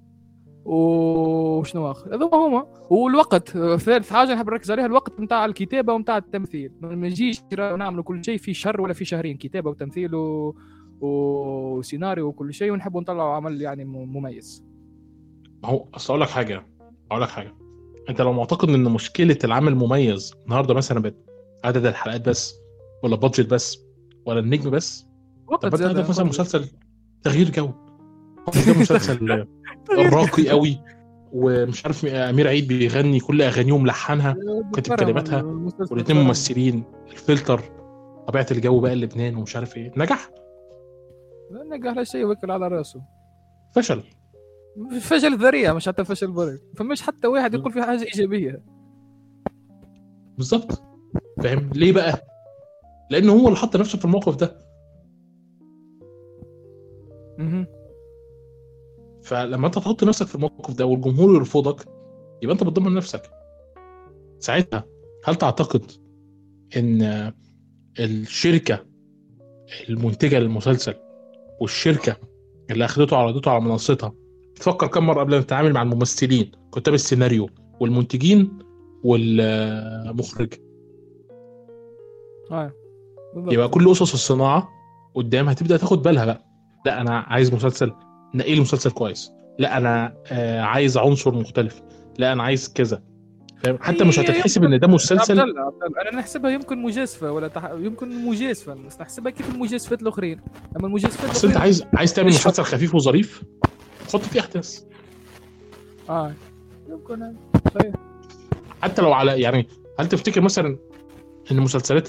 وشنو اخر هذا هما. والوقت ثالث حاجه نحب نركز عليها، الوقت نتاع الكتابه ونتاع التمثيل. ما نجيش نعملوا كل شيء في شهر ولا في شهرين، كتابه وتمثيل وسيناريو وكل شيء، ونحبوا نطلعوا عمل يعني مميز. هو اصل اقول لك حاجه، انت لو معتقد ان مشكله العمل مميز النهارده مثلا عدد الحلقات بس، ولا بادجت بس، ولا النجم بس، طب انت عندك مثلا مسلسل تغيير جو، ده مسلسل راقي قوي ومش عارف امير عيد بيغني كل اغانيه ملحنها وكاتب كلماتها، والاثنين ممثلين، الفلتر، طبيعه الجو بقى لبنان ومش عارف ايه، نجح لا شيء، وكل على راسه. فشل ذريع، مش حتى فشل برد. فمش حتى واحد يقول في حاجه ايجابيه. بالظبط. فاهم ليه بقى؟ لانه هو اللي حط نفسه في الموقف ده. فلما انت تحط نفسك في الموقف ده والجمهور يرفضك، يبقى انت بتضمن نفسك. ساعتها هل تعتقد ان الشركه المنتجه للمسلسل والشركه اللي اخدته وعرضته على منصتها تفكر كم مره قبل ما تتعامل مع الممثلين، كتاب السيناريو، والمنتجين والمخرج؟ يبقى كل اسس الصناعه قدام هتبدا تاخد بالها بقى. لا انا عايز مسلسل، نقي لي مسلسل كويس. لا انا عايز عنصر مختلف. لا انا عايز كذا. حتى مش هتتحسب ان ده مسلسل. عبد الله انا نحسبها يمكن مجازفه ولا يمكن مجازفه، بس نحسبها كيف المجازفات الاخرين. اما المجازفات بس انت عايز تعمل مسلسل خفيف وظريف، حط فيه احداث. يمكن صحيح. حتى لو على يعني، هل تفتكر مثلا ان المسلسلات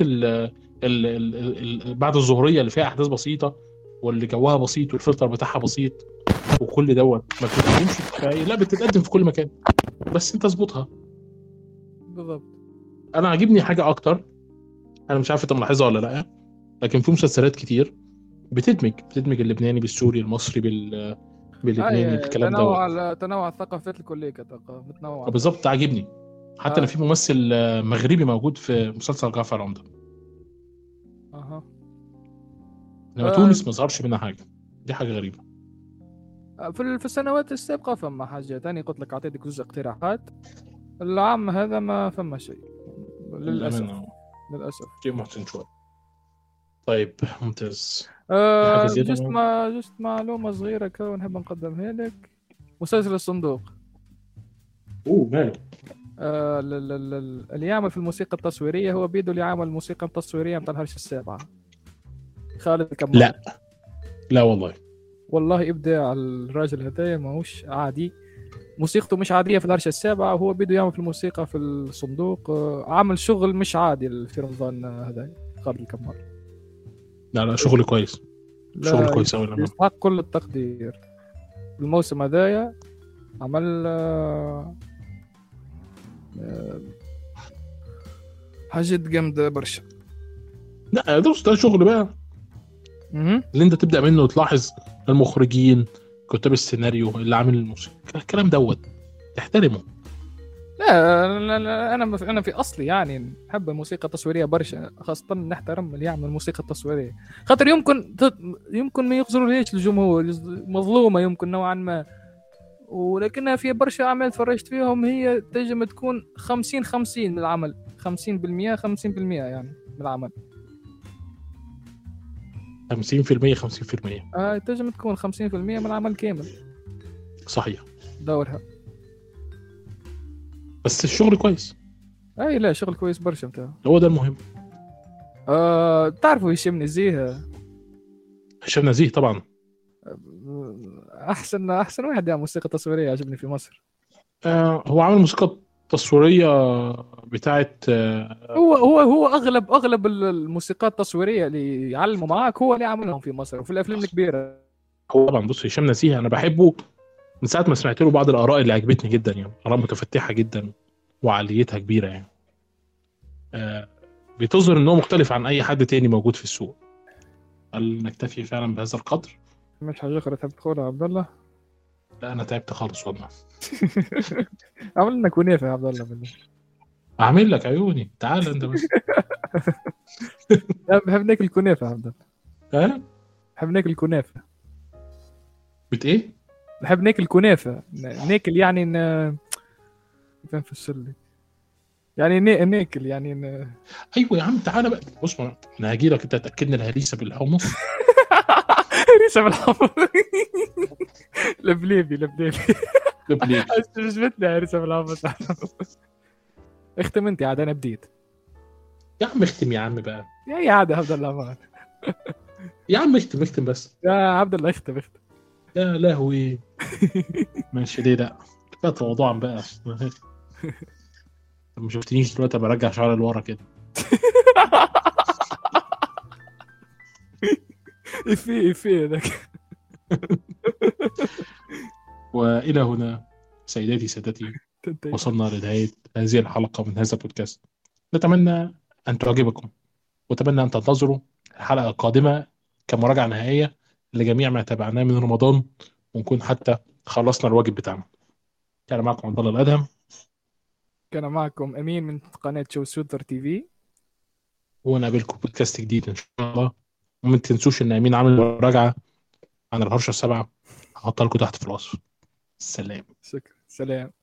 بعد الظهريه اللي فيها احداث بسيطه واللي جوها بسيط والفلتر بتاعها بسيط وكل دوت ما بتتقدمش لا بتتقدم في كل مكان، بس انت اظبطها بالضبط. انا عاجبني حاجه اكتر، انا مش عارف انت ملاحظها ولا لا، لكن في مسلسلات كتير بتدمج اللبناني بالسوري، المصري باللبناني، بالكلام ده تنوع الثقافات الكليه، متنوع بالظبط. عاجبني حتى ان في ممثل مغربي موجود في مسلسل جعفر العمدة. اها. انما تونس ما ظهرش منها حاجه، دي حاجه غريبه. في السنوات السابقة فما حاجة تاني، قلت لك أعطيتك جزء اقتراحات. العام هذا ما فما شيء للأسف. للأمانة للأسف. شيء محزن شويه. طيب ممتاز. في حاجه زياده جست معلومة صغيرة كون نحب نقدمها لك. مسلسل الصندوق ماله؟ اللي يعمل في الموسيقى التصويرية هو بيدو اللي عمل الموسيقى التصويرية متاع الهرشة السابعة، خالد كمال. لا والله إبداع الراجل هذا، ماهوش عادي. موسيقته مش عادية في الهرشة السابعة، وهو بده يعمل في الموسيقى في الصندوق. عامل شغل مش عادي في رمضان هذا خالد الكمال. لا شغل كويس. شغل كويس أوي. يستحق كل التقدير. الموسم هذايا عمل حاجة جامدة برشا. لا ده شغل بقى اللي انت تبدأ منه وتلاحظ المخرجين، كتاب السيناريو، اللي عامل الموسيقى، الكلام دوت تحترمه. لا انا في اصلي يعني نحب الموسيقى التصويريه برشا، خاصه نحترم اللي يعمل الموسيقى التصويريه، خاطر يمكن ما يخزروليش الجمهور، مظلومه يمكن نوعا ما، ولكنها في برشا اعمال فرجت فيهم هي تنجم تكون 50-50 من العمل، 50% 50% يعني من العمل. 50% 50%. تنجم تكون 50% من العمل كامل. صحيح. دورها. بس الشغل كويس. لا شغل كويس برشا بتاعه، هو ده المهم. تعرفوا هشام نزيه؟ هشام نزيه طبعا. احسن واحد يعمل موسيقى تصويريه عجبني في مصر. هو عامل موسيقى تصويريه بتاعت هو اغلب الموسيقات التصويريه اللي يعلموا معاك هو اللي عاملهم في مصر وفي الافلام الكبيره. هو طبعا بص، هشام نزيه انا بحبه من ساعه ما سمعت له بعض الاراء اللي عجبتني جدا، يعني اراء متفتحه جدا وعاليتها كبيره يعني. بتظهر ان هو مختلف عن اي حد تاني موجود في السوق. هل نكتفي فعلا بهذا القدر؟ مش حاجه اخرى تحب تقولها عبد الله؟ لا انا تعبت خالص والله. عمل لنا كنافه يا عبد الله بالله. اعمل لك عيوني، تعال انت بس. بحب ناكل كنافه يا عبد الله. بحب ناكل كنافه. ايه؟ بحب ناكل كنافه، ناكل يعني كيف نفسر لك، يعني ناكل يعني ايوه يا عم تعالى بقى، بص انا هاجي لك، انت تاكدني الهريسه بالحمص. هريسه بالحمص. لبليبي عجبتني هريسه بالحمص. اختم انت عاد، انا بديت. يا عم اختم يا عم بقى. يا عاد عبد الله مان. يا عم اختم بس. يا عبد الله اختم. يا لهوي. ماشي ليه لا، كفايه موضوعا بقى. ما شفتنيش دلوقتي برجع شعري لورا كده. إفيه ذاك. والى هنا سيداتي سادتي وصلنا لنهايه هذه الحلقه من هذا البودكاست. نتمنى ان تعجبكم، واتمنى ان تنتظروا الحلقه القادمه كمراجعه نهائيه لجميع ما تابعناه من رمضان، ونكون حتى خلصنا الواجب بتاعنا. كان معكم عبد الله الادهم. كان معكم امين من قناه شو سوتر تي في، ونقابلكم بودكاست جديد ان شاء الله. وما تنسوش ان امين عامل مراجعه عن الهرشه السبعه، هحطها لكم تحت في الوصف. سلام. شكرا، سلام.